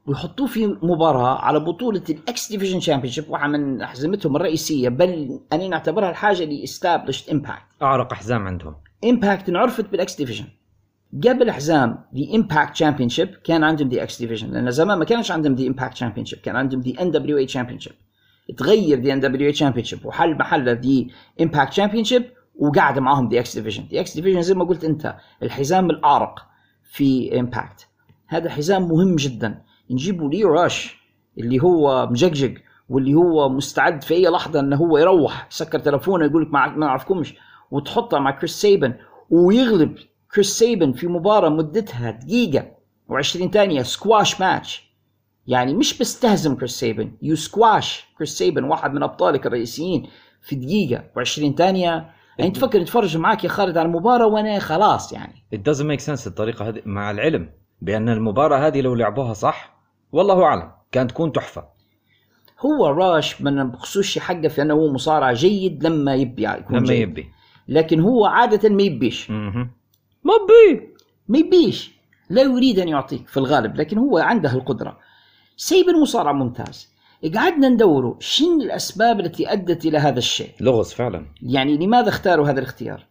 ويحطوه في مباراة على بطولة الإكس ديفيجن شامبيونشيب، واحدة من أحزمتهم الرئيسية، بل أنا نعتبرها الحاجة اللي established impact. أعرق أحزام عندهم. impact انعرفت بالإكس ديفيجن. قبل حزام the impact championship كان عندهم the X division، لأن زمان ما كانش عندهم the impact championship، كان عندهم the إن دبليو إيه championship. تغير the إن دبليو إيه championship وحل محل the impact championship وقاعد معهم the X division. the X division زي ما قلت أنت الحزام الأعرق في impact. هذا حزام مهم جدا. نجيبوا ليو راش اللي هو مجقجق واللي هو مستعد في أي لحظة أنه هو يروح يسكر تلفونه يقولك ما نعرفكمش، وتحطه مع كريس سيبن ويغلب كريس سيبن في مباراة مدتها دقيقة وعشرين ثانية، سكواش ماتش. يعني مش بس تهزم كريس سيبن، يو سكواش كريس سيبن واحد من أبطالك الرئيسيين في دقيقة وعشرين ثانية. يعني تفكر نتفرج معاك يا خالد على المباراة وانا خلاص يعني it doesn't make sense الطريقة هذه، مع العلم بأن المباراة هذه لو لعبوها صح والله أعلم كانت تكون تحفة. هو راش من بخصوص حقه في أنه هو مصارع جيد لما يبي يكون لما جيد. يبي، لكن هو عادة ما يبيش ما بي ما يبيش لا يريد أن يعطيك في الغالب، لكن هو عنده القدرة. سيبن مصارع ممتاز. قعدنا ندوروا شن الأسباب التي أدت إلى هذا الشيء، لغز فعلا. يعني لماذا اختاروا هذا الاختيار؟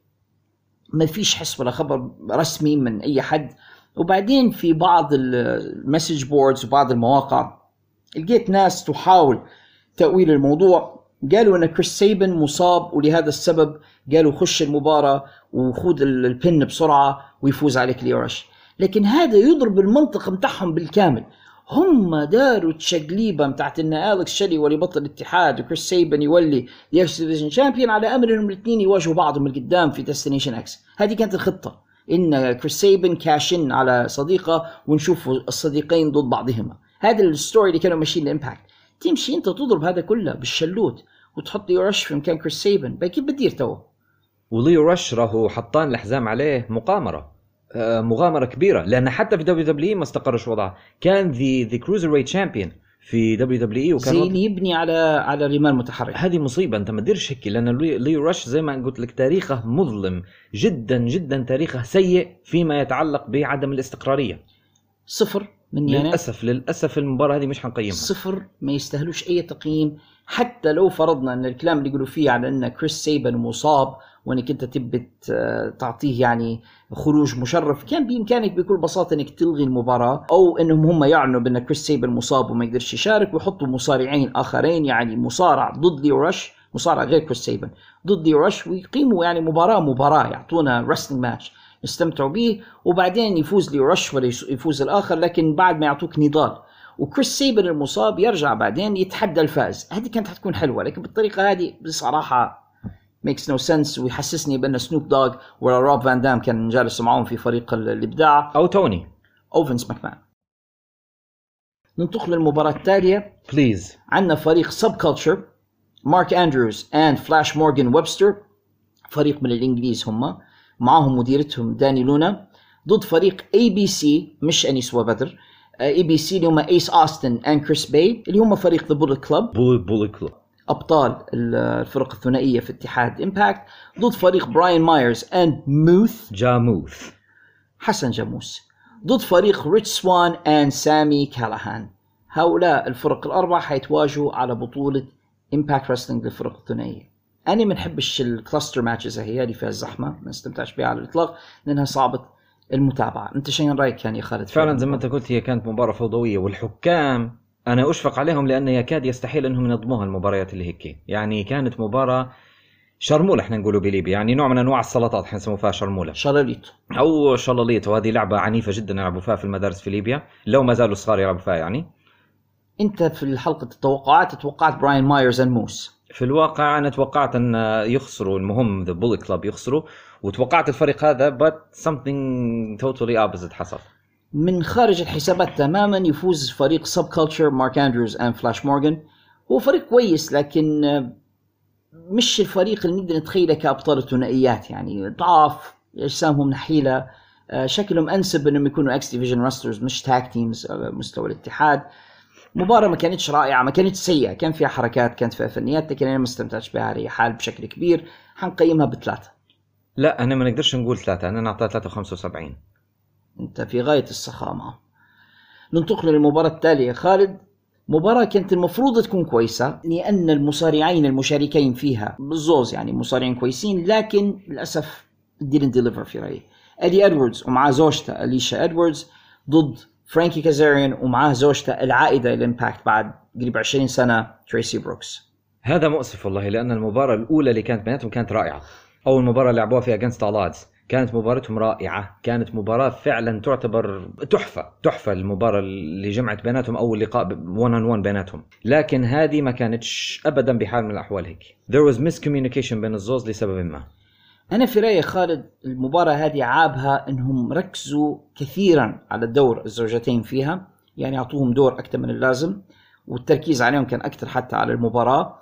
ما فيش حس ولا خبر رسمي من أي حد. وبعدين في بعض المسج بوردز وبعض المواقع لقيت ناس تحاول تأويل الموضوع، قالوا أن كريس سيبن مصاب ولهذا السبب قالوا خش المباراة وخذ البن بسرعة ويفوز عليك ليورش. لكن هذا يضرب المنطق متاعهم بالكامل. هم داروا تشقليبة متاعت ان أليكس شيلي ولي بطل الاتحاد وكريس سيبن يولي the X Division Champion على امر انهم الاثنين يواجهوا بعض من القدام في ديستنيشن اكس. هذه كانت الخطة، ان كريس سيبن كاشن على صديقة ونشوف الصديقين ضد بعضهما. هذا الستوري اللي كانوا ماشيين الامباكت. تمشي انت تضرب هذا كله بالشلوت وتحط ليو رش في مكان كريس سيبن، باي كيف بدير تو؟ وليو رش راهو حطان الحزام عليه مقامرة، آه مغامرة كبيرة، لأن حتى في دبليو دبليو إي ما استقرش وضعه. كان ذي ذي كروزر ويت شامبيون في دبليو دبليو إي، وكان زي اللي يبني على على رمال متحرك. هذه مصيبة، أنت ما تديرش هيك، لأن ليو رش زي ما قلت لك تاريخه مظلم جدا جدا، تاريخه سيء فيما يتعلق بعدم الاستقرارية. صفر من يعني للأسف للأسف المباراة هذه مش حنقيمها صفر، ما يستاهلوش أي تقييم. حتى لو فرضنا أن الكلام اللي يقولوا فيه على أن كريس سيبن مصاب وأنك أنت تبي تعطيه يعني خروج مشرف، كان بإمكانك بكل بساطة أنك تلغي المباراة، أو أنهم هم يعلنوا بأن كريس سيبن مصاب وما يقدرش يشارك ويحطوا مصارعين آخرين، يعني مصارع ضد ليو رش، مصارع غير كريس سيبن ضد ليو رش، ويقيموا يعني مباراة مباراة يعطونا wrestling ماتش نستمتعوا به، وبعدين يفوز ليو رش ولا يفوز الآخر، لكن بعد ما يعطوك نضال وكريس سيبن المصاب يرجع بعدين يتحدى الفائز. هذه كانت حتكون حلوة، لكن بالطريقة هذه بصراحة makes no sense، ويحسسني بأن سنوب دوغ ولا روب فان دام كان جالس معهم في فريق الإبداع، أو توني أو فينس ماكمان. ننتقل للمباراة التالية. بليز. عندنا فريق سب كولتشر، مارك أندروز and فلاش مورغان ويبستر، فريق من الإنجليز هم، معهم مديرتهم داني لونا، ضد فريق اي بي سي مش أنيس وبدر، اي بي سي اللي هم ايس أوستن and كريس باي اللي هم فريق ذا بوليت كلوب، بوليت بوليت كلوب أبطال الفرق الثنائية في اتحاد إمباكت، ضد فريق براين مايرز and موث جاموث حسن جاموس، ضد فريق ريتش سوان and سامي كالاهان. هؤلاء الفرق الأربعة حيتواجهوا على بطولة إمباكت رسلينج للفرق الثنائية. أنا ما نحبش الكلاستر ماتشز هي اللي فيها الزحمة، ما نستمتعش بها على الإطلاق لأنها صعبة المتابعة. أنت شين رأيك كان يا خالد؟ فعلا زي ما أنت قلت هي كانت مباراة فوضوية، والحكام أنا أشفق عليهم لأن يكاد يستحيل أنهم ينظموها المباريات اللي هيك. يعني كانت مباراة شرمولة، احنا نقولوا بليبيا، يعني نوع من أنواع السلطات احنا نسموه فيها شرمولة، شلاليت أو شلاليت، وهذه لعبة عنيفة جدا يلعبوا فيها في المدارس في ليبيا لو ما زالوا صغار يلعبوا فيها. يعني أنت في حلقة التوقعات توقعت براين مايرز and موس. في الواقع أنا توقعت أن يخسروا، المهم The Bullet Club يخسروا، وتوقعت الفريق هذا but something totally opposite حصل. من خارج الحسابات تماما يفوز فريق سب كولتشر مارك أندروز and فلاش مورغان. هو فريق كويس لكن مش الفريق اللي نقدر نتخيله كأبطال الثنائيات، يعني ضعاف، أجسامهم نحيلة، شكلهم أنسب أنهم يكونوا إكس ديفيجن رسترز مش تاك تيمز على مستوى الاتحاد. مباراة ما كانتش رائعة، ما كانتش سيئة، كان فيها حركات، كانت فيها فنيات، لكن أنا ما استمتعتش بها على حال بشكل كبير. حنقيمها بثلاثة. لا أنا ما نقدرش نقول ثلاثة، أنا نعطيها ثلاثة وخمسة وسبعين. أنت في غاية السخامة. ننتقل للمباراة التالية خالد. مباراة كانت المفروض تكون كويسة لأن المصارعين المشاركين فيها بالزوز يعني مصارعين كويسين، لكن للأسف didn't deliver في رأيي. إدي إدواردز ومعاه زوجته أليشا إدواردز ضد فرانكي كازاريان ومعاه زوجته العائدة الإمباكت بعد قريب عشرين سنة تريسي بروكس. هذا مؤسف والله، لأن المباراة الأولى اللي كانت بيناتهم كانت رائعة. أول مباراة لعبوها فيها against all odds كانت مباراتهم رائعة، كانت مباراة فعلا تعتبر تحفة تحفة المباراة اللي جمعت بيناتهم أول لقاء one on one بيناتهم. لكن هذه ما كانتش أبدا بحال من الأحوال هيك. There was miscommunication بين الزوز لسبب ما. أنا في رأيي خالد المباراة هذه عابها إنهم ركزوا كثيرا على دور الزوجتين فيها، يعني أعطوهم دور أكثر من اللازم والتركيز عليهم كان أكثر حتى على المباراة،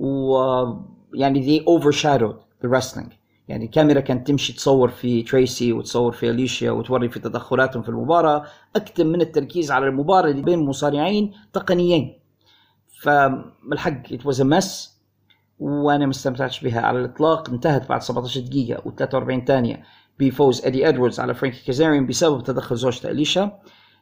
ويعني they overshadowed the wrestling. يعني الكاميرا كانت تمشي تصور في تريسي وتصور في أليشيا وتوري في تدخلاتهم في المباراة أكثر من التركيز على المباراة اللي بين مصارعين تقنيين. فالحق it was a mess وأنا مستمتعتش بها على الإطلاق. انتهت بعد سبعة عشر دقيقة وثلاثة وأربعين ثانية بفوز إدي إدواردز على فرانكي كازاريان بسبب تدخل زوجته أليشا،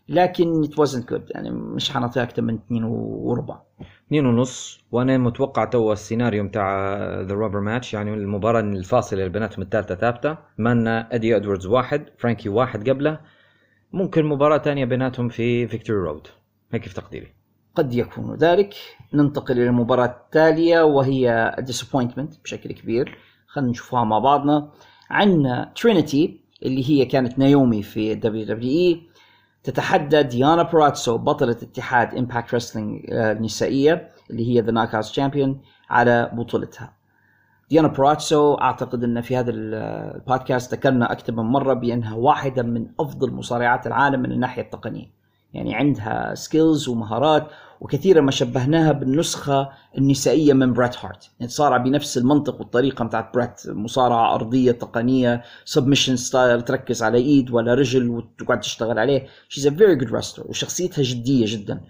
لكن it wasn't good. يعني مش حنعطيها أكثر من اثنين وربع اثنين ونص. وأنا متوقع تو السيناريو متاع the rubber match، يعني المباراة الفاصلة اللي بيناتهم الثالثة ثابتة، مالنا إدي إدواردز واحد فرانكي واحد قبله، ممكن مباراة تانية بيناتهم في فيكتوري رود، هيك في تقديري. قد يكون ذلك. ننتقل إلى المباراة التالية وهي disappointment بشكل كبير. خلينا نشوفها مع بعضنا. عندنا ترينيتي اللي هي كانت نايومي في دبليو دبليو إي تتحدى ديانا براتسو بطلة اتحاد إمباكت رسلينج النسائية اللي هي The Knockouts Champion على بطولتها. ديانا براتسو أعتقد أن في هذا البودكاست ذكرنا أكثر من مرة بأنها واحدة من أفضل مصارعات العالم من الناحية التقنية، يعني عندها سكيلز ومهارات، وكثيرا ما شبهناها بالنسخة النسائية من بريت هارت. يعني تصارع بنفس المنطق والطريقة متاعت بريت، مصارعة أرضية تقنية سبمشن ستايل، تركز على إيد ولا رجل وتقعد تشتغل عليه. she's a very good wrestler وشخصيتها جدية جدا.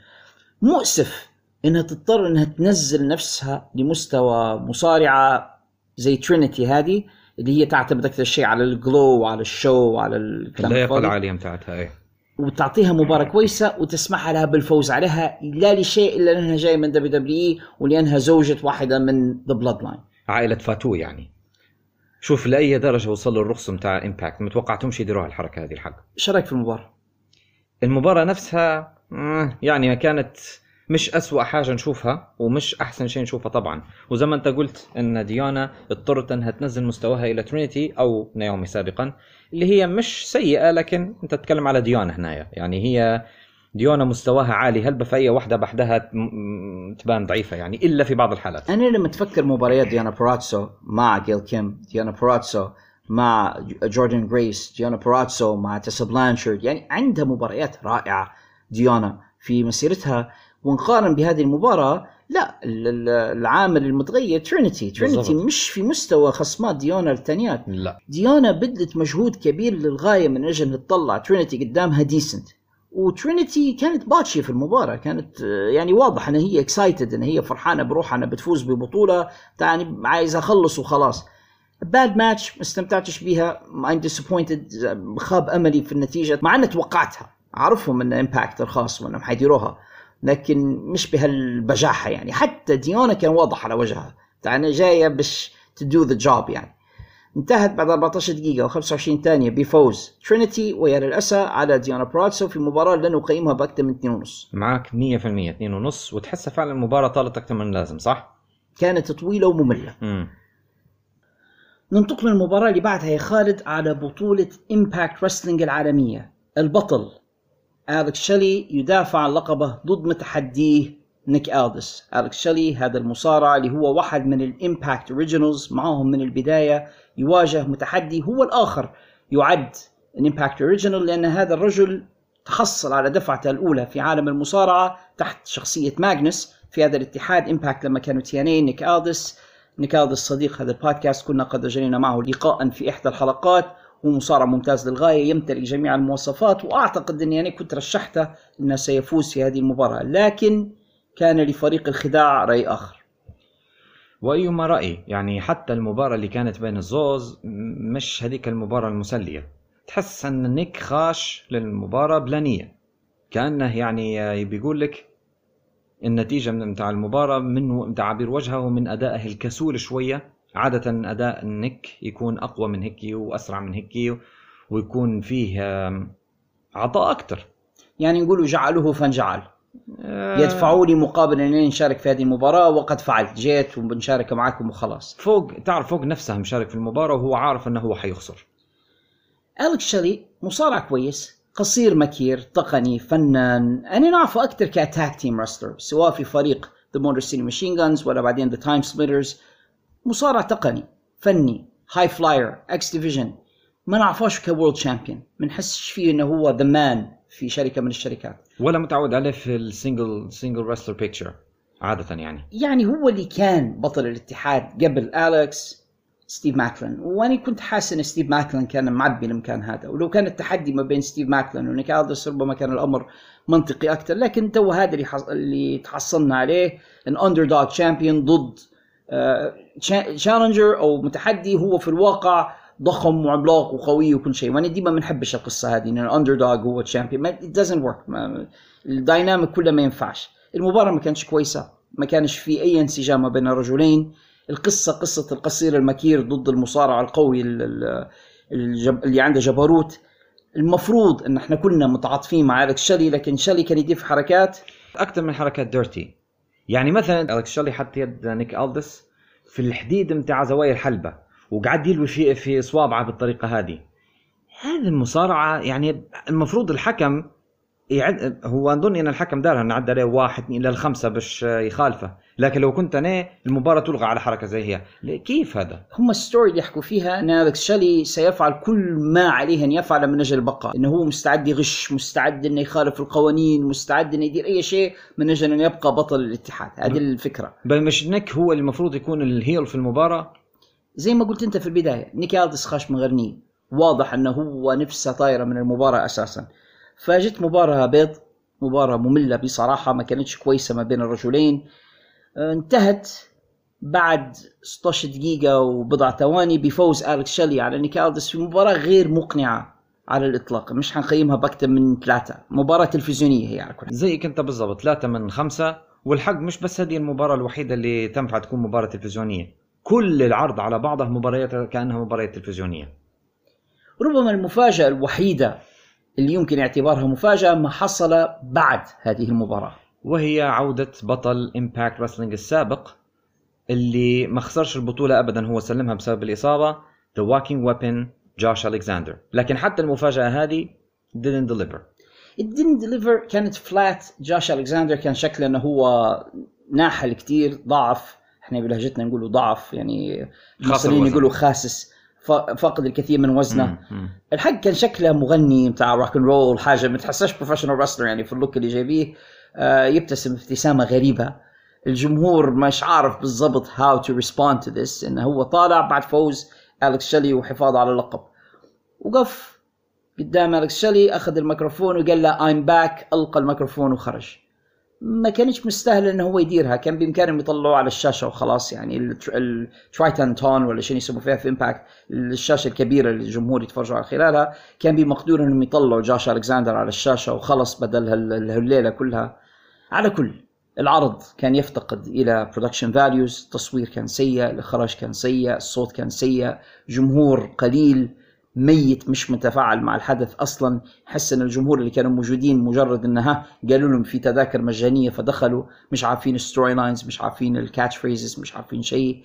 مؤسف إنها تضطر إنها تنزل نفسها لمستوى مصارعة زي ترينيتي هذه اللي هي تعتمد أكثر شيء على الجلو وعلى الشو وعلى الكلام اللياقة العالية متاعتها ايه، وتعطيها مباراة كويسة وتسمح لها بالفوز عليها، لا لشيء إلا لأنها جاي من دبليو دبليو إي ولأنها زوجة واحدة من The Bloodline، عائلة فاتو. يعني شوف لأي درجة وصلوا الرخص متاع إمباكت، متوقعتهمش يديروها الحركة هذه الحق. شو رأيك في المباراة؟ المباراة نفسها يعني كانت مش أسوأ حاجة نشوفها ومش أحسن شيء نشوفها طبعا. وزي ما أنت قلت أن ديانا اضطرت أنها تنزل مستواها إلى ترينيتي أو نايومي سابقا، اللي هي مش سيئة، لكن أنت تتكلم على ديانا هنا. يعني هي ديانا مستواها عالي، هل بفأي واحدة بحدها تبان ضعيفة يعني إلا في بعض الحالات. أنا لما تفكر مباريات ديانا براتسو مع جيل كيم، ديانا براتسو مع جوردن جريس، ديانا براتسو مع تيسا بلانشارد، يعني عندها مباريات رائعة ديانا في مسيرتها. ونقارن بهذه المباراة، لا العامل المتغير ترينيتي ترينيتي مش في مستوى خصمات ديانا الثانيات. لا، ديانا بذلت مجهود كبير للغاية من أجل تطلع ترينيتي قدامها ديسنت، وترينيتي كانت باتشي في المباراة، كانت يعني واضح أن هي اكسايتد، أن هي فرحانة بروحها أنها بتفوز ببطولة، يعني عايزة أخلص وخلاص. bad match ما استمتعتش بيها. I'm disappointed، خاب أملي في النتيجة، مع أن توقعتها، عارفهم أن إمباكت الخاص وأنهم حيديروها، لكن مش بهالبجاحة. يعني حتى ديانا كان واضح على وجهها يعني جاية بش to do the job. يعني انتهت بعد أربعة عشر دقيقة وخمسة وعشرين ثانية بفوز ترينيتي ويا للأسى على ديانا براتسو في مباراة لن نقيمها بأكثر من اثنين ونص. معك مية في المية اثنين ونص، وتحسها فعلا المباراة طالت أكثر من اللازم. صح، كانت طويلة ومملة. م. ننتقل للمباراة اللي بعدها يا خالد على بطولة إمباكت رسلينج العالمية. البطل أليكس شيلي يدافع عن لقبه ضد متحديه نيك ألدس. أليكس شيلي هذا المصارع اللي هو واحد من الإمباكت أوريجينالز معهم من البداية، يواجه متحدي هو الآخر يعد الإمباكت أوريجينال، لأن هذا الرجل تحصل على دفعته الأولى في عالم المصارعة تحت شخصية ماغنس في هذا الاتحاد إمباكت لما كانوا تيانين. نيك ألدس نيك ألدس صديق هذا البودكاست، كنا قد جرينا معه لقاء في إحدى الحلقات، هو مصارع ممتاز للغاية، يمتلك جميع المواصفات، وأعتقد أني أنا كنت رشحته أنه سيفوز في هذه المباراة، لكن كان لفريق الخداع رأي آخر. وأيما رأي، يعني حتى المباراة اللي كانت بين الزوز مش هذيك المباراة المسلية، تحس أن نيك خاش للمباراة بلانية، كأنه يعني بيقول لك النتيجة من متاع المباراة من تعابير وجهه ومن أدائه الكسول شوية. عادة أداء نيك يكون أقوى من هيك وأسرع من هيك ويكون فيه عطاء أكتر. يعني نقولوا جعله فانجعل، يدفعوني مقابل أنني نشارك في هذه المباراة وقد فعلت، جيت وبنشارك معكم وخلاص. فوق تعرف فوق نفسها مشارك في المباراة وهو عارف أنه هو حيخسر. أليكس شيلي مصارع كويس، قصير مكير، تقني، فنان. أنا نعرفه أكتر كأتاك تيم رستلر، سواء في فريق The Motor City Machine Guns ولا بعدين The Time Splitters. مصارع تقني، فني، هاي فلاير، اكس ديفيجن. ما نعرفوش كورلد شامبيون، ما نحسش فيه انه هو ذا مان في شركه من الشركات، ولا متعود عليه في السنجل سنجل رستلر بيكتشر عاده. يعني يعني هو اللي كان بطل الاتحاد قبل أليكس ستيف ماكلين، وانا كنت حاسس ان ستيف ماكلين كان معبي المكان هذا، ولو كان التحدي ما بين ستيف ماكلين ونيك ألدس ربما كان الامر منطقي اكثر. لكن تو هذا اللي حص... اللي تحصلنا عليه، ان اندر دوغ تشامبيون ضد تشالنجر uh, او متحدي هو في الواقع ضخم وعملاق وقوي وكل شيء. وانا ديما ما بنحبش القصه هذه ان الاندر دوغ هو تشامبيون. it doesn't work. الدايناميك كله ما ينفعش. المباراه ما كانتش كويسه، ما كانش في اي انسجام بين الرجلين. القصه قصه القصير المكير ضد المصارع القوي اللي عنده جبروت. المفروض ان احنا كنا متعاطفين مع أليكس شيلي، لكن شيلي كان يدير في حركات اكثر من حركات ديرتي. يعني مثلا أليكس شيلي حط يد نيك ألدس في الحديد متاع زوايا الحلبة وقعد يلوي في في صوابعه بالطريقه هذه. هذه المصارعه يعني المفروض الحكم يعد، هو اظن ان الحكم دارها نعد عليه واحد الى الخمسه باش يخالفه، لكن لو كنت انا المباراه تلغى على حركه زي هي. كيف هذا؟ هم الستوري اللي يحكوا فيها ان أليكس شيلي سيفعل كل ما عليه ان يفعل من اجل البقاء، انه هو مستعد يغش، مستعد انه يخالف القوانين، مستعد انه يدير اي شيء من اجل ان يبقى بطل الاتحاد. هذه الفكره. بل مش نيك هو اللي المفروض يكون الهيل في المباراه؟ زي ما قلت انت في البدايه، نيك ألدس خاش من غرنيه، واضح انه هو نفسه طايره من المباراه اساسا. فجت مباراه بيض، مباراه ممله بصراحه، ما كانتش كويسه ما بين الرجلين. انتهت بعد ستة عشر دقيقه وبضع ثواني بفوز أليكس شيلي على نيك ألدس في مباراه غير مقنعه على الاطلاق. مش حنقيمها باكثر من ثلاثه، مباراه تلفزيونيه هي على كل حال. زي كنت بالضبط ثلاثه من خمسه. والحق مش بس هذه المباراه الوحيده اللي تنفع تكون مباراه تلفزيونيه، كل العرض على بعضه مباريات كانها مباريات تلفزيونيه. ربما المفاجاه الوحيده اللي يمكن اعتبارها مفاجاه ما حصل بعد هذه المباراه، وهي عودة بطل إمباكت رسلينج السابق اللي ما خسرش البطولة أبدا، هو سلمها بسبب الإصابة، The Walking Weapon جوش ألكساندر. لكن حتى المفاجأة هذه didn't deliver. It didn't deliver. كانت فلات. جوش ألكساندر كان شكله أنه هو ناحل كتير، ضعف. احنا بلهجتنا نقوله ضعف، يعني المصريين يقولوا خاسس، فاقد الكثير من وزنه. الحق كان شكله مغني بتاع روك اند رول، حاجة ما تحسش بروفيشنال رسلر يعني في اللوك اللي جايبيه. آه يبتسم ابتسامة غريبة. الجمهور مش عارف بالضبط how to respond to this. إنه هو طالع بعد فوز أليكس شيلي وحفاظ على اللقب، وقف قدام أليكس شيلي، أخذ الميكروفون وقال له I'm back، ألقى الميكروفون وخرج. ما كانش مستاهل إنه هو يديرها، كان بإمكانهم يطلعوه على الشاشة وخلاص. يعني الترايتان تون ولا شيء يسموه فيها في إمباكت، الشاشة الكبيرة اللي الجمهور يتفرجوا على خلالها، كان بمقدور إنهم يطلعوا جوش ألكساندر على الشاشة وخلص بدل هالليلة كلها. على كل العرض كان يفتقد إلى production values، التصوير كان سيء، الإخراج كان سيء، الصوت كان سيء، جمهور قليل ميت مش متفاعل مع الحدث أصلا. حس أن الجمهور اللي كانوا موجودين مجرد أنها قالوا لهم في تذاكر مجانية فدخلوا، مش عارفين الستوري لاينز، مش عارفين الكاتش فريزز، مش عارفين شيء.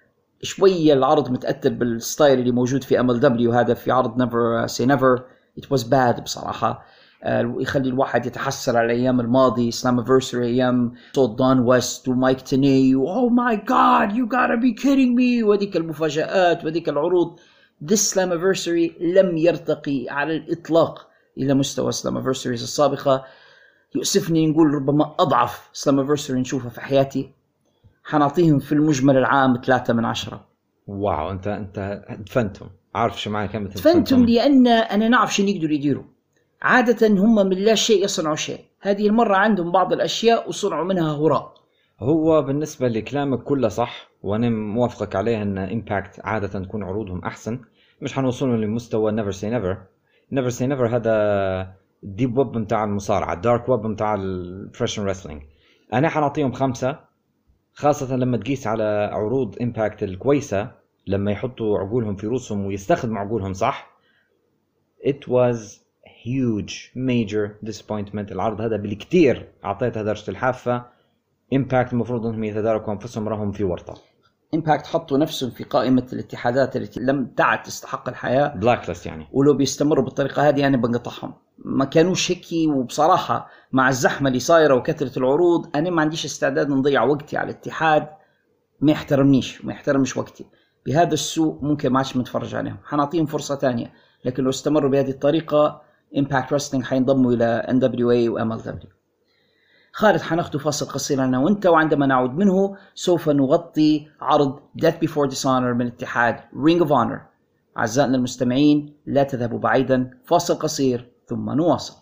شوية العرض متأثر بالستايل اللي موجود في إم إل دبليو هذا في عرض Never Say Never. It was bad بصراحة. يخلي الواحد يتحسر على أيام الماضي، Slammiversary، أيام صوت دون ويست ومايك تيني و Oh my God you gotta be kidding me، وذيك المفاجآت وذيك العروض. This Slammiversary لم يرتقي على الإطلاق إلى مستوى Slammiversaries السابقة. يؤسفني نقول ربما أضعف Slammiversary نشوفها في حياتي. حنعطيهم في المجمل العام ثلاثة من عشرة. واو، أنت أنت دفنتم. عارف شو معنى كلمة دفنتم؟ لأن أنا نعرف شو يقدروا يديروا. عادة هم من لا شيء يصنعوا شيء. هذه المرة عندهم بعض الأشياء وصنعوا منها هراء. هو بالنسبة لكلامك كله صح، وأنا موافقك عليه أن إمباكت عادة تكون عروضهم أحسن. مش حنوصلوا لمستوى Never Say Never. Never Say Never هذا الديب ويب متاع المصارعه، الدارك ويب متاع البروفيشنال ريسلينج. انا حنعطيهم خمسة، خاصه لما تقيس على عروض امباكت الكويسه لما يحطوا عقولهم في روسهم ويستخدموا عقولهم صح. it was huge major disappointment. العرض هذا بالكثير اعطيتها درجه الحافه. امباكت المفروض انهم يتداركوا انفسهم، راهم في ورطه. امباكت حطوا نفسهم في قائمة الاتحادات التي لم تعد تستحق الحياة، بلاك ليست يعني. ولو بيستمروا بالطريقة هذه أنا بنقطعهم. ما كانوش هيك، وبصراحة مع الزحمة اللي صايرة وكثرة العروض أنا ما عنديش استعداد نضيع وقتي على الاتحاد ما يحترمنيش ما يحترمش وقتي بهذا السوء. ممكن ما عادش متفرج عليهم، حنعطيهم فرصة تانية. لكن لو استمروا بهذه الطريقة امباكت ريسلينج حينضموا إلى إن دبليو إيه و إم إل دبليو. خالد، حناخذ فاصل قصير أنا وأنت، وعندما نعود منه سوف نغطي عرض Death Before Dishonor من اتحاد Ring of Honor. أعزائنا المستمعين لا تذهبوا بعيدا، فاصل قصير ثم نواصل.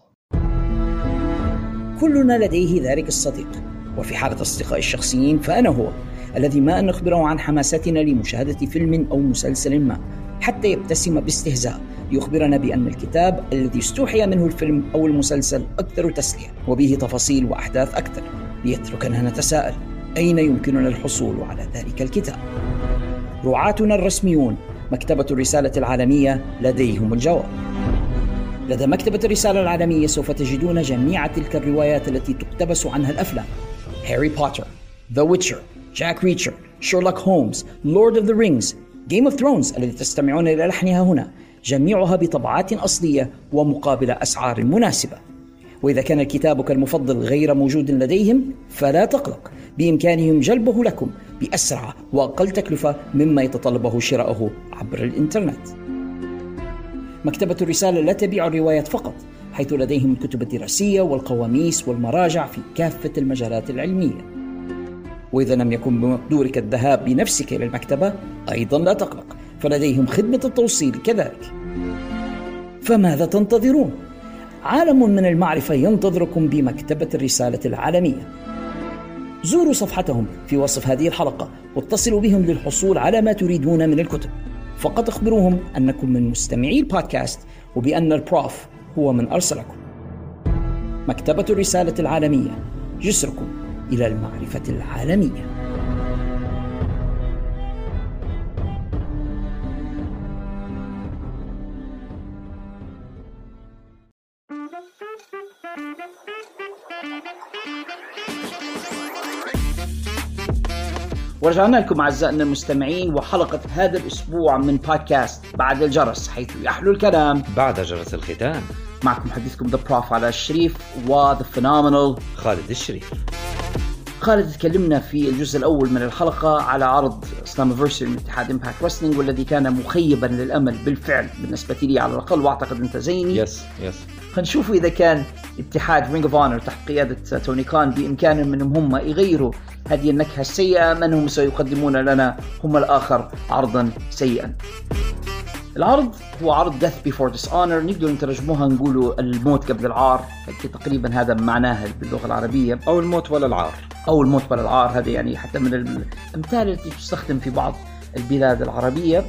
كلنا لديه ذلك الصديق، وفي حالة أصدقائي الشخصيين فأنا هو الذي ما أن نخبره عن حماستنا لمشاهدة فيلم أو مسلسل ما حتى يبتسم باستهزاء ليخبرنا بأن الكتاب الذي استوحي منه الفيلم أو المسلسل أكثر تسلية وبه تفاصيل وأحداث أكثر، ليتركنا نتساءل أين يمكننا الحصول على ذلك الكتاب. رعاتنا الرسميون مكتبة الرسالة العالمية لديهم الجواب. لدى مكتبة الرسالة العالمية سوف تجدون جميع تلك الروايات التي تقتبس عنها الأفلام: هاري بوتر، ذا ويتشر، جاك ريتشر، شيرلوك هولمز، لورد اوف ذا رينجز، جيم اوف ثرونز الذي تستمعون إلى لحنها هنا، جميعها بطبعات أصلية ومقابل أسعار مناسبة. وإذا كان كتابك المفضل غير موجود لديهم فلا تقلق، بإمكانهم جلبه لكم بأسرع وأقل تكلفة مما يتطلبه شراءه عبر الإنترنت. مكتبة الرسالة لا تبيع الروايات فقط، حيث لديهم الكتب الدراسية والقواميس والمراجع في كافة المجالات العلمية. وإذا لم يكن بمقدورك الذهاب بنفسك إلى المكتبة أيضا لا تقلق، فلديهم خدمة التوصيل كذلك. فماذا تنتظرون؟ عالم من المعرفة ينتظركم بمكتبة الرسالة العالمية. زوروا صفحتهم في وصف هذه الحلقة واتصلوا بهم للحصول على ما تريدون من الكتب. فقط اخبروهم أنكم من مستمعي البودكاست وبأن البروف هو من أرسلكم. مكتبة الرسالة العالمية، جسركم إلى المعرفة العالمية. ورجعنا لكم أعزائنا المستمعين وحلقة هذا الأسبوع من بودكاست بعد الجرس، حيث يحلو الكلام بعد جرس الختام. معكم محدثكم ذا بروف على الشريف وذا فينومينال خالد الشريف. خالد، تكلمنا في الجزء الأول من الحلقة على عرض سلامفيرسري من اتحاد امباكت ريسلينج، والذي كان مخيبا للأمل بالفعل بالنسبة لي على الأقل، وأعتقد أنت زيني. يس يس خنشوفوا إذا كان اتحاد رينج اوف اونر تحت قيادة توني كان بإمكانهم منهم هم يغيروا هذه النكهة السيئة. من هم سيقدمون لنا هم الآخر عرضا سيئا. العرض هو عرض Death Before Dishonor، نقدر نترجموها نقولوا الموت قبل العار، تقريبا هذا معناها باللغة العربية، أو الموت ولا العار، أو الموت ولا العار. هذا يعني حتى من الأمثال التي تستخدم في بعض البلاد العربية.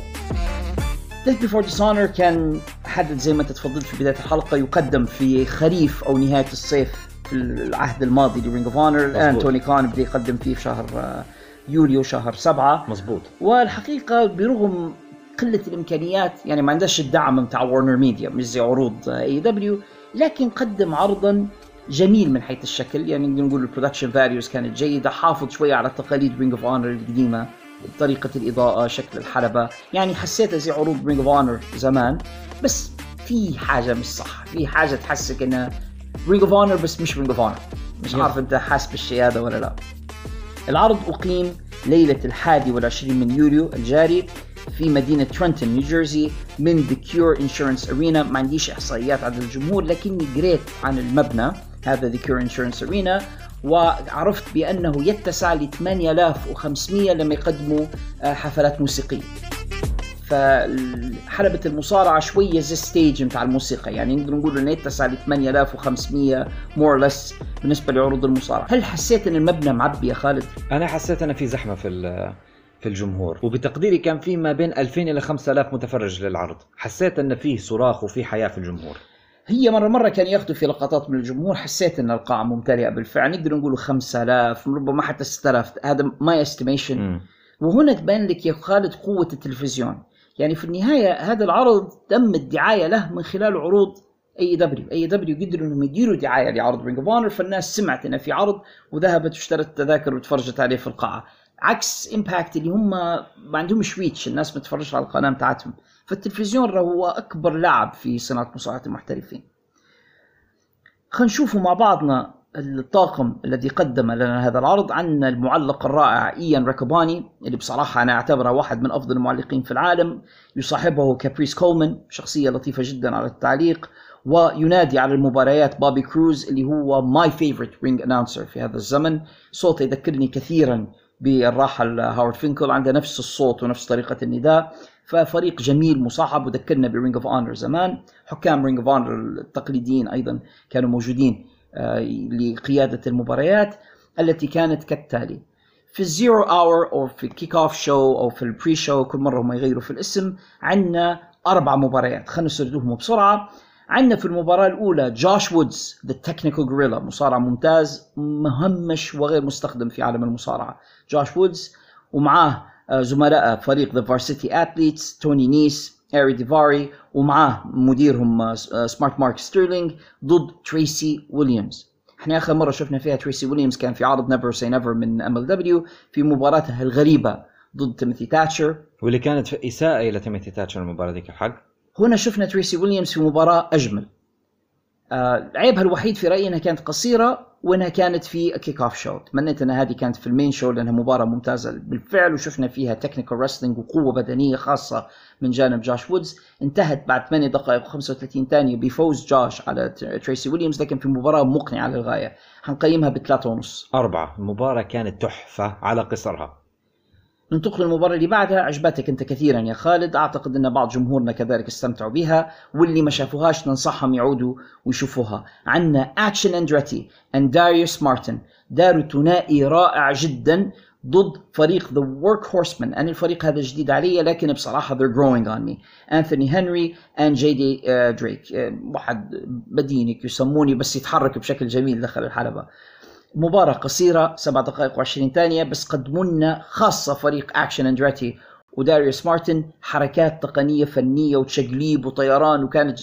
Death Before Dishonor كان حدث زي ما تفضلت في بداية الحلقة يقدم في خريف أو نهاية الصيف في العهد الماضي لرينج اوف اونر. الآن توني كان بدأ يقدم فيه في شهر يوليو شهر سبعة. مزبوط. والحقيقة برغم قلة الإمكانيات، يعني ما عندش الدعم متاع وارنر ميديا مش زي عروض اي دبليو، لكن قدم عرضا جميل من حيث الشكل. يعني نقدر نقول البرودكشن فاليوز كانت جيدة، حافظ شوية على تقاليد رينج اوف اونر القديمة، طريقة الإضاءة، شكل الحلبة، يعني حسيتها زي عروض رينج اوف اونر زمان. بس في حاجة مش صح، في حاجة تحسك إنها رينج اوف اونر بس مش رينج اوف اونر. مش عارف أنت حاسس بالشيء هذا ولا لا. العرض أقيم ليلة الحادي والعشرين من يوليو الجاري في مدينة ترنتون نيوجيرسي من The Cure Insurance Arena. ما عنديش إحصائيات عدد الجمهور، لكني قريت عن المبنى هذا The Cure Insurance Arena وعرفت بأنه يتسع ل ثمانية آلاف وخمسمية لما يقدموا حفلات موسيقية. فحلبة المصارعة شوية زي ستيج متاع الموسيقى، يعني نقدر نقول أنه يتسع ل ثمانية آلاف وخمسمية more or less بالنسبة لعروض المصارعة. هل حسيت أن المبنى معبي يا خالد؟ أنا حسيت أن في زحمة في في الجمهور، وبتقديري كان في ما بين ألفين إلى خمسة آلاف متفرج للعرض. حسيت أن فيه صراخ وفي حياة في الجمهور. هي مرة مرة كان ياخذوا في لقطات من الجمهور، حسيت ان القاعة ممتلئة بالفعل، نقدر نقول خمسة آلاف ربما حتى ستة آلاف، هذا ماي استيميشن. وهنا تبين لك يا خالد قوة التلفزيون. يعني في النهاية هذا العرض تم الدعاية له من خلال عروض اي دبليو اي دبليو قدروا انهم يديروا دعاية لعرض رينج اوف اونر، فالناس سمعت انه في عرض وذهبت واشترت تذاكر وتفرجت عليه في القاعة، عكس امباكت اللي هم ما عندهمش ريتش، الناس ما تفرجش على القناة بتاعتهم. فالتلفزيون هو اكبر لعب في صناعة مصارعة المحترفين. خلينا نشوفوا مع بعضنا الطاقم الذي قدم لنا هذا العرض. عندنا المعلق الرائع إيان ريكوباني، اللي بصراحة أنا أعتبره واحد من أفضل المعلقين في العالم، يصاحبه كابريس كولمان، شخصية لطيفة جدا على التعليق، وينادي على المباريات بوبي كروز اللي هو ماي فيفورت رينج أناونسر في هذا الزمن. صوته يذكرني كثيرا بالراحل هاورد فينكل، عنده نفس الصوت ونفس طريقة النداء، ففريق جميل مصاحب وذكرنا برينج اوف اونر زمان. حكام رينج اوف اونر التقليديين ايضا كانوا موجودين لقيادة المباريات التي كانت كالتالي: في الزيرو اور او في الكيك اوف شو او في البري شو، كل مرة هم يغيروا في الاسم، عندنا اربع مباريات. خلينا نسردوهم بسرعة. عندنا في المباراة الأولى جوش وودز ذا تكنيكال غوريلا، مصارع ممتاز مهمش وغير مستخدم في عالم المصارعة، جوش وودز، ومعاه زملاء فريق ذا فارسيتي أثليتس توني نيس، إيري ديفاري، ومعاه مديرهم سمارت مارك ستيرلينج، ضد تريسي ويليامز. احنا آخر مرة شفنا فيها تريسي ويليامز كان في عرض نيفر سي نيفر من ام ال دبليو في مباراتها الغريبة ضد تيموثي تاتشر، واللي كانت إساءة إلى تيموثي تاتشر المباراة ذيك الحق. هنا شفنا تريسي ويليامز في مباراة أجمل. آه عيبها الوحيد في رأيي أنها كانت قصيرة وأنها كانت في كيك أوف شو. تمنيت أن هذه كانت في المين شو لأنها مباراة ممتازة بالفعل، وشفنا فيها تكنيكال رسلينج وقوة بدنية خاصة من جانب جوش وودز. انتهت بعد ثمانية دقائق وخمسة وثلاثين ثانية بفوز جوش على تريسي ويليامز، لكن في مباراة مقنعة للغاية. حنقيمها بثلاثة ونص. أربعة. المباراة كانت تحفة على قصرها. ننتقل للمباراة اللي بعدها. عجبتك أنت كثيرا يا خالد، أعتقد أن بعض جمهورنا كذلك استمتعوا بها، واللي ما شافوهاش ننصحهم يعودوا ويشوفوها. عندنا أكشن أندريتي and داريوس مارتن، داروا ثنائي رائع جدا ضد فريق The Workhorsemen. أنا الفريق هذا جديد علي لكن بصراحة they're growing on me. أنثوني هنري and جي دي دريك، واحد بدينك يسموني بس يتحرك بشكل جميل داخل الحلبة. مباراة قصيرة سبع دقائق وعشرين ثانية، بس قدموا لنا خاصة فريق أكشن أندريتي وداريوس مارتن حركات تقنية فنية وتشقليب وطيران، وكانت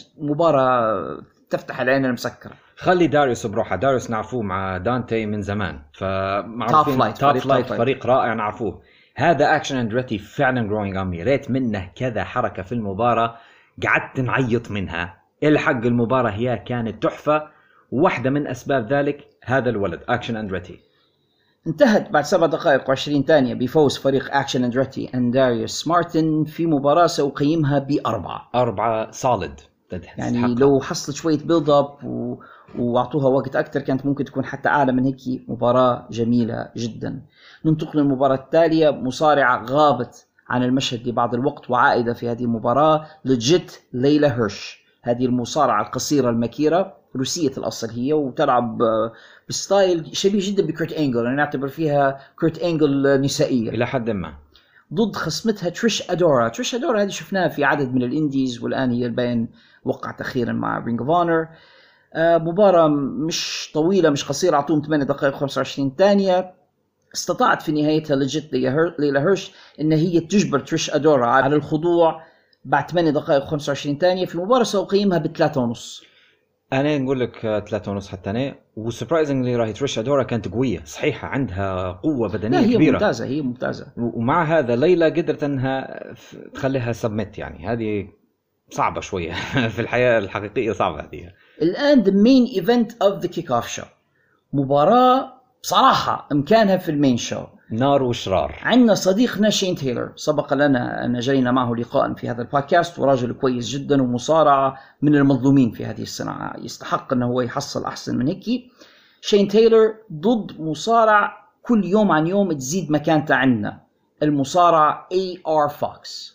مباراة تفتح العين المسكرة. خلي داريوس بروحه، داريوس نعرفوه مع دانتي من زمان، فمعروفين توب فلايت، فريق رائع نعرفوه. هذا أكشن أندريتي فعلا growing on me. ريت منه كذا حركة في المباراة قعدت نعيط منها. الحق المباراة هي كانت تحفة، واحدة من أسباب ذلك هذا الولد أكشن أندريتي. انتهت بعد سبع دقائق وعشرين ثانية بفوز فريق أكشن أندريتي and داريوس مارتن في مباراة سأقيمها بأربعة. أربعة solid. يعني حقا. لو حصلت شوية بيلد أب و... وأعطوها وقت أكتر كانت ممكن تكون حتى أعلى من هيك. مباراة جميلة جدا. ننتقل للمباراة التالية. مصارعة غابت عن المشهد لبعض الوقت وعائدة في هذه المباراة، لجيت ليلى هيرش. هذه المصارعة القصيرة المكيرة، روسية الأصل هي، وتلعب بستايل شبيه جدا بكرت أنجل، أنا نعتبر فيها كرت أنجل نسائية إلى حد ما، ضد خصمتها تريش أدورا. تريش أدورا هذه شفناها في عدد من الإنديز، والآن هي البين وقعت أخيرا مع رينج اوف اونر. مباراة مش طويلة مش قصيرة، أعطوهم ثمانية دقائق وخمسة وعشرين ثانية. استطاعت في نهايتها لجيت ليلى هيرش إن هي تجبر تريش أدورا على الخضوع بعد ثمانية دقائق وخمسة وعشرين ثانية. في المباراة سأقيمها بثلاثة ونص. أنا نقول لك ثلاثة ونص حتى أنا. وسبرايزنجلي راهي تريش أدورا كانت قوية صحيحة، عندها قوة بدنية هي كبيرة. ممتازة هي ممتازة. ومع هذا ليلى قدرت أنها تخليها سبمت، يعني هذه صعبة شوية في الحياة الحقيقية صعبة هذه. الآن the main event of the kick-off show، مباراة بصراحة إمكانها في المين شو، نار وشرار. عندنا صديقنا شين تايلر، سبق لنا أن جرينا معه لقاء في هذا البودكاست، وراجل كويس جدا ومصارع من المظلومين في هذه الصناعة، يستحق أنه هو يحصل أحسن من هيك. شين تايلر ضد مصارع كل يوم عن يوم تزيد مكانته عندنا، المصارع إيه آر Fox.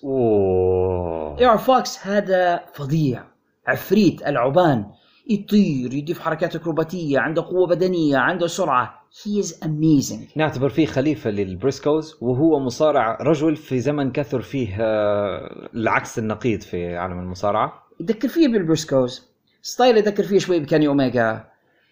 أوه. إيه آر Fox هذا فظيع، عفريت العبان، يطير، يضيف حركات أكروباتية، عنده قوة بدنية، عنده سرعة. he is amazing. نعتبر فيه خليفة للبريسكوز، وهو مصارع رجل في زمن كثر فيه العكس النقيض في عالم المصارعة. يذكر فيه بالبريسكوز، ستايل يذكر فيه شوي بكاني اوميجا،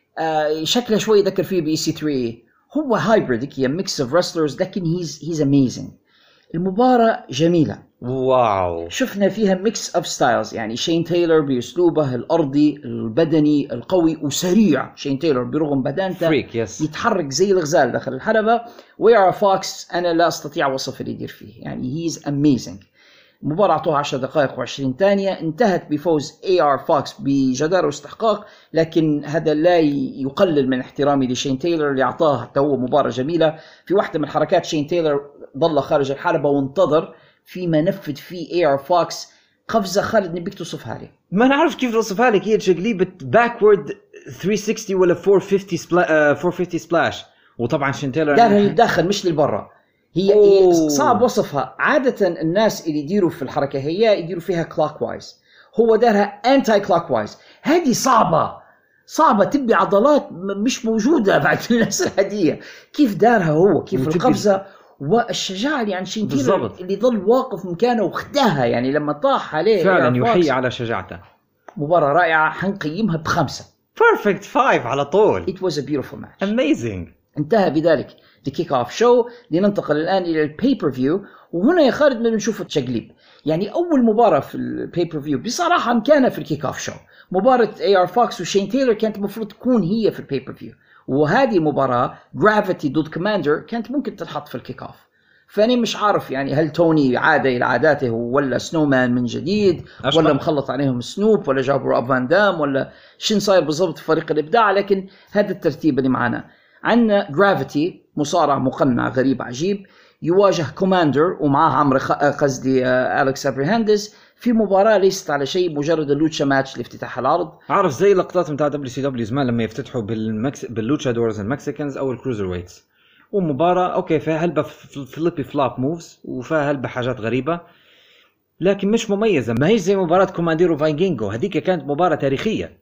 آه شكله شوي يذكر فيه بي سي ثلاثة. هو هايبريد هي ميكس اوف رسلرز، لكن هيز هيز اميزنج. المباراة جميلة، واو. شفنا فيها ميكس اوف ستايلز، يعني شين تايلر باسلوبه الارضي البدني القوي وسريع، شين تايلر برغم بدانته فريك يس يتحرك زي الغزال داخل الحلبة. ويرا فوكس انا لا استطيع وصف اللي يدير فيه، يعني هيز اميزنج. المباراة أعطوها عشر دقائق وعشرين ثانية، انتهت بفوز اي ار فوكس بجدارة واستحقاق، لكن هذا لا يقلل من احترامي لشين تايلر اللي أعطاه تو مباراة جميلة. في واحدة من الحركات شين تايلر ظل خارج الحلبة وانتظر فيما نفذ فيه اي ار فوكس قفزة خالد نبيك توصفها لي. ما نعرف كيف نوصفها لك، هي تقليبة باكورد ثلاثمية وستين ولا أربعمية سبلا... أربعمية سبلاش. وطبعا شين تايلر دارها للداخل مش للبرا، هي أوه. صعب وصفها. عادة الناس اللي يديروا في الحركة هي يديروا فيها كلوك وايز، هو دارها انتي كلوك وايز. هذه صعبة صعبة، تبي عضلات مش موجودة بعد الناس العادية. كيف دارها هو، كيف وتبي... القفزة والشجاعة اللي عن شين تايلر اللي ظل واقف مكانه وخداها، يعني لما طاح عليه فعلا يحيي على شجاعته. مباراة رائعة، حنقيمها بخمسة. بيرفكت فايف على طول. It was a beautiful match. Amazing. انتهى بذلك the kick off show. لننتقل الآن إلى البي بير فيو، وهنا يا خالد بدنا نشوف التشقليب. يعني أول مباراة في البي بير فيو بصراحة كان في الكيك اوف شو، مباراة اي ار فوكس وشين تايلر كانت المفروض تكون هي في البي بير فيو، وهذه المباراة جرافيتي ضد كوماندر كانت ممكن تنحط في الكيك اوف. فأنا مش عارف يعني هل توني عاد إلى عاداته ولا سنومان من جديد أشبه. ولا مخلط عليهم سنوب ولا جابوا روب فان دام ولا شين صاير بالضبط في فريق الإبداع. لكن هذا الترتيب اللي معنا. عندنا جرافيتي مصارع مقنع غريب عجيب يواجه كوماندر ومعاه عمرو قصدي أليكس أبريهاندز في مباراة ليست على شيء مجرد اللوتشا ماتش لافتتاح العرض. عارف زي لقطات متاع دبليو سي دبليو زمان لما يفتتحوا بالمكس باللوتشا دورز المكسيكانز أو الكروزر ويتس، ومباراة أوكي فيها هلبة فليبي فلاب موفز وفيها هلبة حاجات غريبة لكن مش مميزة. ما هي زي مباراة كومانديرو فاينجينجو، هذيك كانت مباراة تاريخية.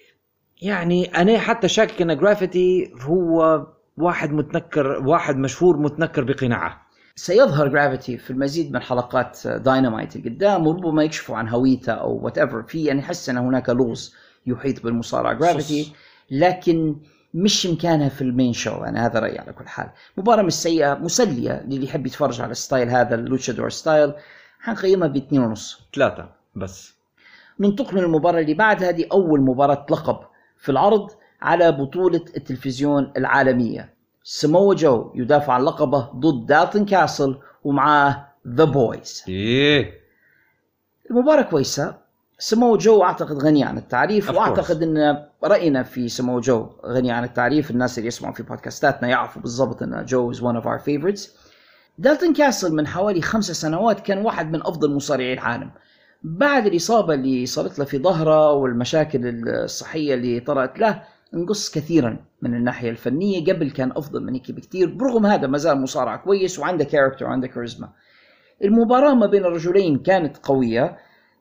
يعني أنا حتى شاكك أن جرافيتي هو واحد متنكر، واحد مشهور متنكر بقناعه. سيظهر جرافيتي في المزيد من حلقات داينامايت القدام، وربما يكشفوا عن هويته أو وات ايفر. في يعني حس أن هناك لغز يحيط بالمصارع جرافيتي، لكن مش مكانها في المين شو. أنا هذا رأيي على كل حال. مباراة مش سيئة، مسلية للي يحب يتفرج على الستايل هذا اللوتشادور ستايل. حنقيمها باثنين ونص ثلاثة بس. ننتقل من المباراة اللي بعد. هذه أول مباراة لقب في العرض على بطولة التلفزيون العالمية. سمو جو يدافع عن لقبه ضد دالتون كاسل ومعاه ذا بويز. إيه. المباراة كويسة. سمو جو أعتقد غني عن التعريف، وأعتقد أن رأينا في سمو جو غني عن التعريف. الناس اللي يسمعوا في بودكاستاتنا يعرفوا بالضبط أن جو is one of our favorites. دالتون كاسل من حوالي خمس سنوات كان واحد من أفضل مصارعي العالم. بعد الإصابة اللي صارت له في ظهره والمشاكل الصحية اللي طرأت له انقص كثيرا من الناحية الفنية. قبل كان أفضل من هيك بكثير، برغم هذا ما زال مصارع كويس وعنده كاركتر وعنده كاريزما. المباراة ما بين الرجلين كانت قوية.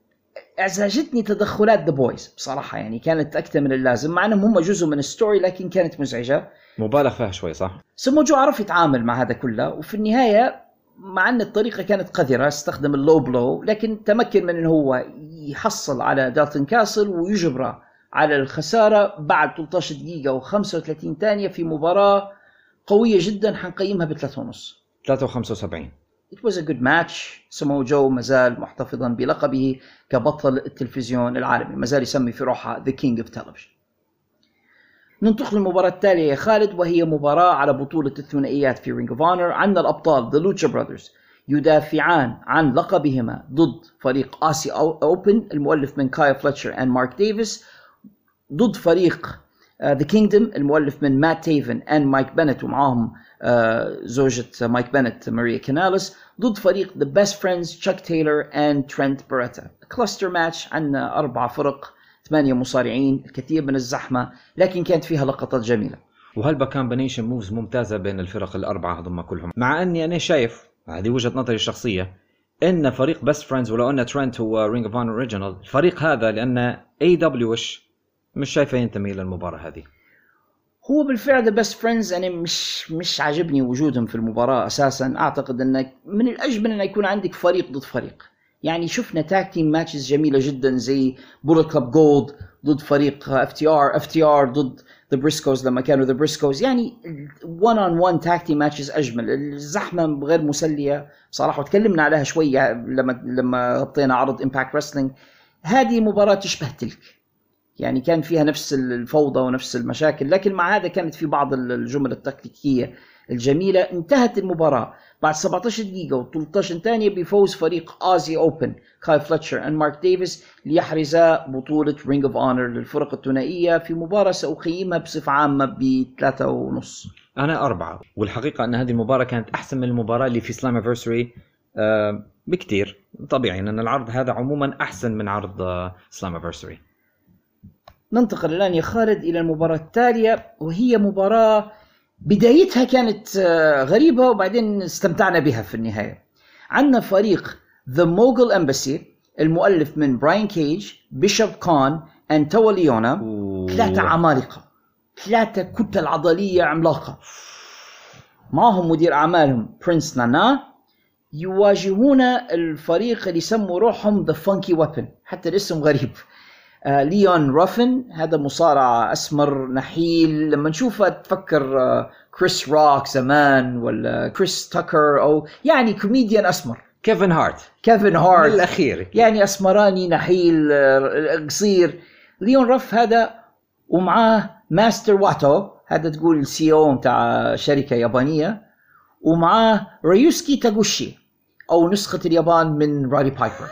أزعجتني تدخلات ذا بويز بصراحة، يعني كانت أكثر من اللازم، مع أنهم هم جزء من الستوري لكن كانت مزعجة، مبالغ فيها شوي صح. سمو جو عرف يتعامل مع هذا كله، وفي النهاية مع أن الطريقة كانت قذرة استخدم اللو بلو، لكن تمكن من أنه هو يحصل على دالتون كاسل ويجبره على الخسارة بعد ثلاثة عشر دقيقة وخمسة وثلاثين ثانية في مباراة قوية جدا. حنقيمها بثلاثة ونص. ثلاثة وخمسة وسبعين. It was a good match. سمو جو مازال محتفظا بلقبه كبطل التلفزيون العالمي، مازال يسمي في روحه The King of Television. ننتقل للمباراة التالية يا خالد، وهي مباراة على بطولة الثنائيات في Ring of Honor. عندنا الأبطال The Lucha Brothers يدافعان عن لقبهما ضد فريق آسي أوبن المؤلف من كاي فلتشر and مارك ديفيس، ضد فريق uh, The Kingdom المؤلف من مات تيفن and مايك بنت ومعاهم uh, زوجة مايك بنت ماريا كاناليس، ضد فريق The Best Friends تشاك تايلر and ترينت باريتا. كلاستر ماتش. عندنا أربع فرق، ثمانية مصارعين، الكثير من الزحمة، لكن كانت فيها لقطات جميلة. وهالبكامبينيشن موفز ممتازة بين الفرق الأربعة هذوما كلهم. مع أني أنا شايف، هذه وجهة نظري الشخصية، إن فريق بيست فريندز ولو أن ترينت هو رينج اوف اونر اوريجينال، الفريق هذا لأن اي دبليو وش مش شايفه ينتمي للمباراة هذه. هو بالفعل The Best Friends أنا مش مش عاجبني وجودهم في المباراة أساسا. أعتقد أن من الأجمل أن يكون عندك فريق ضد فريق، يعني شفنا تاك تيم ماتشز جميله جدا زي بولت كلاب جولد ضد فريق اف تي ار اف تي ار ضد ذا بريسكوز لما كانوا ذا بريسكوز. يعني وان اون وان تاك تيم ماتشز اجمل. الزحمه غير مسليه بصراحه وتكلمنا عليها شويه لما لما غطينا عرض امباكت رسلينج. هذه مباراه تشبه تلك، يعني كان فيها نفس الفوضى ونفس المشاكل، لكن مع هذا كانت في بعض الجمل التكتيكيه الجميله. انتهت المباراه بعد سبعة عشر دقيقه وثلاثة عشر ثانيه بفوز فريق اوزي اوبن كاي فلتشر and مارك ديفيس ليحرزا بطوله رينج اوف اونر للفرق الثنائيه في مباراه ساقيمها بصفه عامه بثلاثة ونص. انا أربعة، والحقيقه ان هذه المباراه كانت احسن من المباراه اللي في سلاميفرسري أه بكثير. طبيعي ان العرض هذا عموما احسن من عرض سلاميفرسري. ننتقل الآن يا خالد إلى المباراة التالية، وهي مباراة بدايتها كانت غريبة وبعدين استمتعنا بها في النهاية. عندنا فريق The Mogul Embassy المؤلف من براين كيج، بيشوب كون، أنتوا ليونا، ثلاثة عمالقة، ثلاثة كتل عضلية عملاقة، معهم مدير أعمالهم برنس نانا، يواجهون الفريق اللي يسموا روحهم The Funky Weapon، حتى الاسم غريب. آه ليون رافن، هذا مصارع أسمر نحيل، لما نشوفه تفكر آه كريس روك زمان ولا كريس تاكر أو يعني كوميديان أسمر. كيفن هارت كيفن هارت الأخير، يعني أسمراني نحيل آه قصير. ليون راف هذا ومعاه ماستر واتو، هذا تقول السي او متاع شركة يابانية، ومعاه ريوسكي تاغوشي أو نسخة اليابان من رادي بايبر.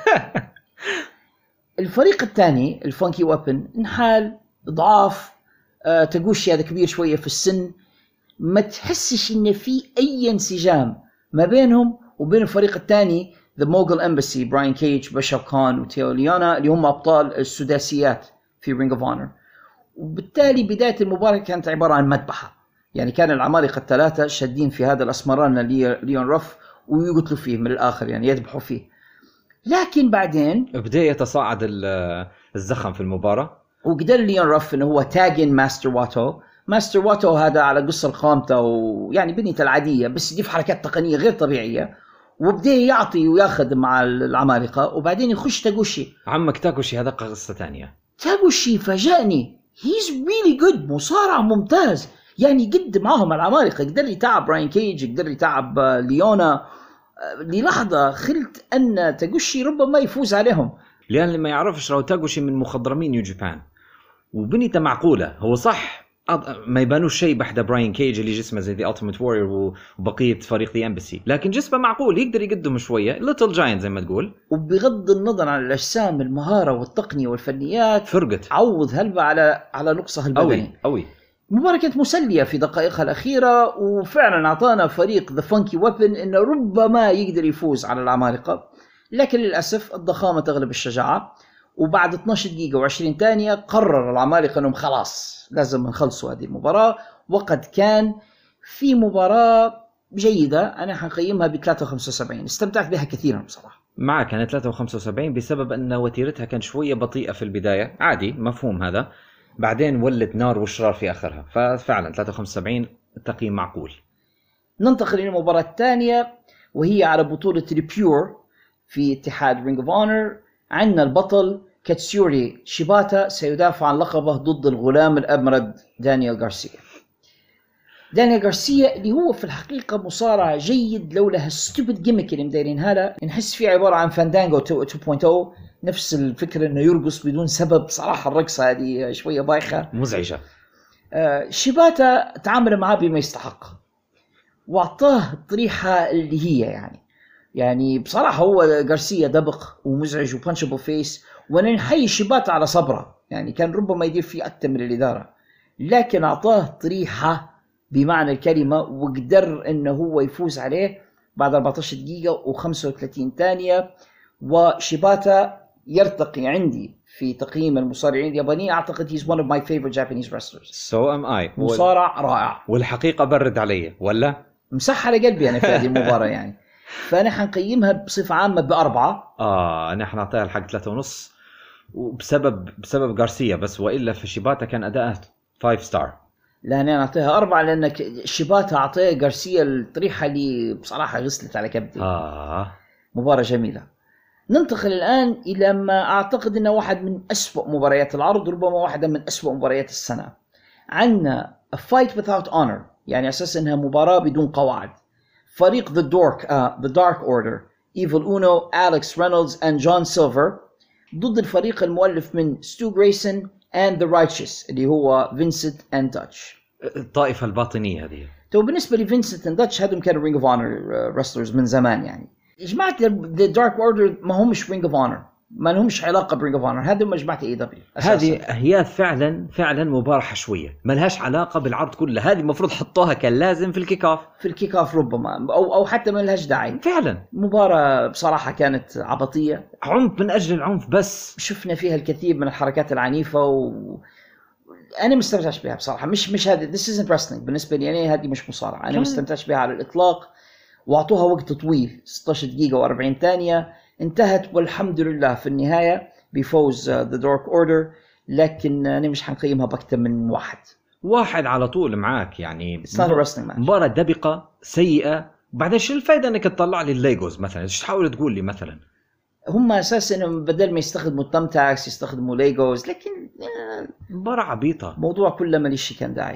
الفريق الثاني الفانكي ويبن نحال ضعاف. آه تاغوشي هذا كبير شوية في السن، ما تحسش إن في أي انسجام ما بينهم وبين الفريق الثاني The Mogul Embassy، براين كيج، بيشوب كون، وتيو ليونا اللي هم أبطال السداسيات في رينج اوف اونر. وبالتالي بداية المباراة كانت عبارة عن مذبحة، يعني كان العمالقة الثلاثة شادين في هذا الأسمران ليون رف ويقتلوا فيه من الآخر، يعني يذبحوا فيه. لكن بعدين بدأ يتصاعد الزخم في المباراة، وقدر ليون رف انه هو تاجن ماستر واتو. ماستر واتو هذا على قصة خامته ويعني بنيته العادية، بس يضيف حركات تقنية غير طبيعية، وبدأ يعطي وياخذ مع العمالقة. وبعدين يخش تاغوشي. عمك تاغوشي هذا قصة ثانية. تاغوشي فاجأني، he's really good، مصارع ممتاز، يعني قد معهم العمالقة، قدر يتعب براين كيج، قدر يتعب ليونا. للحظة خلت أن تاغوشي ربما يفوز عليهم، لأن اللي ما يعرفش راهو تاغوشي من مخضرمين نيو جابان وبنيته معقولة. هو صح ما يبانوش شيء بحدا براين كيج اللي جسمه زي The Ultimate Warrior وبقية فريق The Embassy، لكن جسمه معقول، يقدر يقدم شوية Little Giant زي ما تقول. وبغض النظر عن الأجسام، المهارة والتقنية والفنيات فرقت، عوض هلبة على على نقصه البدني. أوي. المباراة كانت مسلية في دقائقها الأخيرة، وفعلا أعطانا فريق The Funky Weapon إنه ربما يقدر يفوز على العمالقة، لكن للأسف الضخامة تغلب الشجاعة. وبعد اثنتي عشرة دقيقة وعشرين ثانية قرر العمالقة أنهم خلاص لازم نخلصوا هذه المباراة، وقد كان في مباراة جيدة. أنا حقيمها ب ثلاثة وخمسة وسبعين، استمتعت بها كثيرا بصراحة. معك كانت ثلاثة وخمسة وسبعين بسبب أن وتيرتها كان شوية بطيئة في البداية، عادي مفهوم هذا، بعدين ولت نار وشرار في آخرها، ففعلا ثلاثة وخمسة وسبعين تقييم معقول. ننتقل إلى المباراة الثانية وهي على بطولة ريبيور في اتحاد رينج اوف اونر. عندنا البطل كاتسيوري شيباتا سيدافع عن لقبه ضد الغلام الأبمرد دانيال غارسيا. دانيال غارسيا اللي هو في الحقيقة مصارع جيد لولا هالستوبد جيميك اللي مدايرينها له، نحس فيه عبارة عن فاندانجو تو بوينت أو، نفس الفكرة إنه يرقص بدون سبب. صراحة الرقصة هذه شوية بايخة مزعجة. آه شيباتا تعامل معاه بما يستحق وأعطاه الطريحة اللي هي يعني يعني بصراحة هو غارسيا دبق ومزعج وبانشبل فيس، وانا نحيي شيباتا على صبره، يعني كان ربما يدير فيه أكثر من الإدارة، لكن أعطاه طريحة بمعنى الكلمة وقدر إنه هو يفوز عليه بعد أربعة عشر دقيقة وخمسة وثلاثين ثانية. وشيباتا يرتقي عندي في تقييم المصارعين اليابانيين، أعتقد he's one of my favorite Japanese wrestlers. So am I. مصارع رائع، والحقيقة برد علي ولا مسح على قلبي أنا في هذه المباراة يعني. فأنا حنقيمها بصفة عامة بأربعة. آه أنا حنعطيها الحق ثلاثة ونص، وبسبب بسبب غارسيا بس، وإلا في شيباتا كان أداءه فايف ستار. لا أنا أعطيها أربعة لأنك شيباتا أعطيه غارسيا الطريحة اللي بصراحة غسلت على كبدي. آه مباراة جميلة. ننتقل الآن إلى ما أعتقد أنه واحد من أسوأ مباريات العرض، ربما واحدة من أسوأ مباريات السنة. عندنا A Fight Without Honor، يعني أساس أنها مباراة بدون قواعد. فريق The Dark, uh, The Dark Order، Evil Uno، Alex Reynolds and John Silver، ضد الفريق المؤلف من ستو جريسون and The Righteous اللي هو فينسنت and داتش. الطائفة الباطنية هذه. تو بالنسبة لفينسنت and داتش هذول كانوا Ring of Honor wrestlers من زمان. يعني جماعة The Dark Order ما همش Ring of Honor، ما لهمش علاقة برينج اوف اونر، هذه مجموعة اي دبليو. هذه هي فعلا فعلا مباراة حشوية ما لهاش علاقة بالعرض كله. هذه المفروض حطوها كان لازم في الكيك اوف في الكيك اوف ربما، او او حتى ما لهاش داعي. فعلا مباراة بصراحة كانت عبطية، عنف من اجل العنف بس. شفنا فيها الكثير من الحركات العنيفة و انا ما استمتعتش بها بصراحة. مش مش هذه this isn't wrestling بالنسبة لي، يعني هذه مش مصارعة. انا ما استمتعتش بها على الاطلاق، واعطوها وقت طويل ستة عشر دقيقة وأربعين ثانية، انتهت والحمد لله في النهاية بفوز The Dark Order. لكن أنا مش حنقيمها بأكثر من واحد واحد على طول معاك. يعني مباراة دبقة سيئة. بعدين شو الفائدة انك تطلع لي الليجوز مثلا؟ ايش تحاول تقول لي مثلا؟ هم اساسا بدل ما يستخدموا التمتاكس يستخدموا ليجوز، لكن مباراة عبيطة. موضوع كله ماليش كان داعي.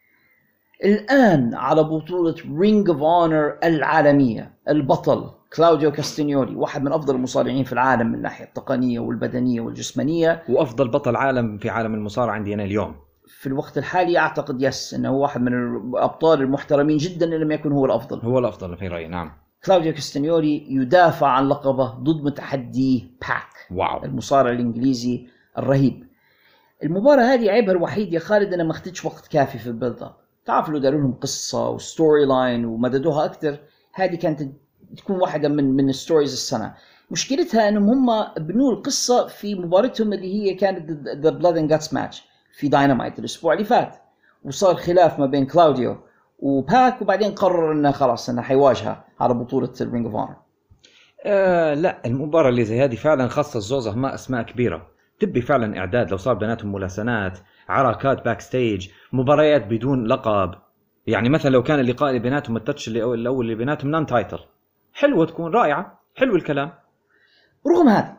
الآن على بطولة Ring of Honor العالمية، البطل كلاوديو كاستانيولي، واحد من أفضل المصارعين في العالم من الناحية التقنية والبدنية والجسمانية، وأفضل بطل عالم في عالم المصارعة عندي أنا اليوم في الوقت الحالي. أعتقد يس أنه واحد من الأبطال المحترمين جدا إن لم يكن هو الأفضل. هو الأفضل في رأيي. نعم. كلاوديو كاستانيولي يدافع عن لقبه ضد متحديه باك، واو، المصارع الإنجليزي الرهيب. المباراة هذه عيبها الوحيد يا خالد أنا ما أخذتش وقت كافي في البيلد اب. تعرف لو داروا لهم قصة وستوري لاين ومددوها أكثر، هذه كانت تكون واحدة من من ستوريز السنة. مشكلتها أنهم هم بنوا القصة في مباراتهم اللي هي كانت The Blood and Guts match في داينامايت الأسبوع اللي فات، وصار خلاف ما بين كلاوديو وباك، وبعدين قرر أنه خلاص أنه حيواجهها على بطولة الرينج اوف اونر. آه لا، المباراة اللي زي هذه فعلا خاصة الزوزة ما أسماء كبيرة، تبي فعلا إعداد. لو صار بيناتهم ملاسنات، عراكات باك ستيج، مباريات بدون لقب. يعني مثلا لو كان اللقاء اللي بيناتهم التاتش اللي الأول اللي بيناتهم نان تايتل، حلوة تكون رائعة، حلو الكلام. رغم هذا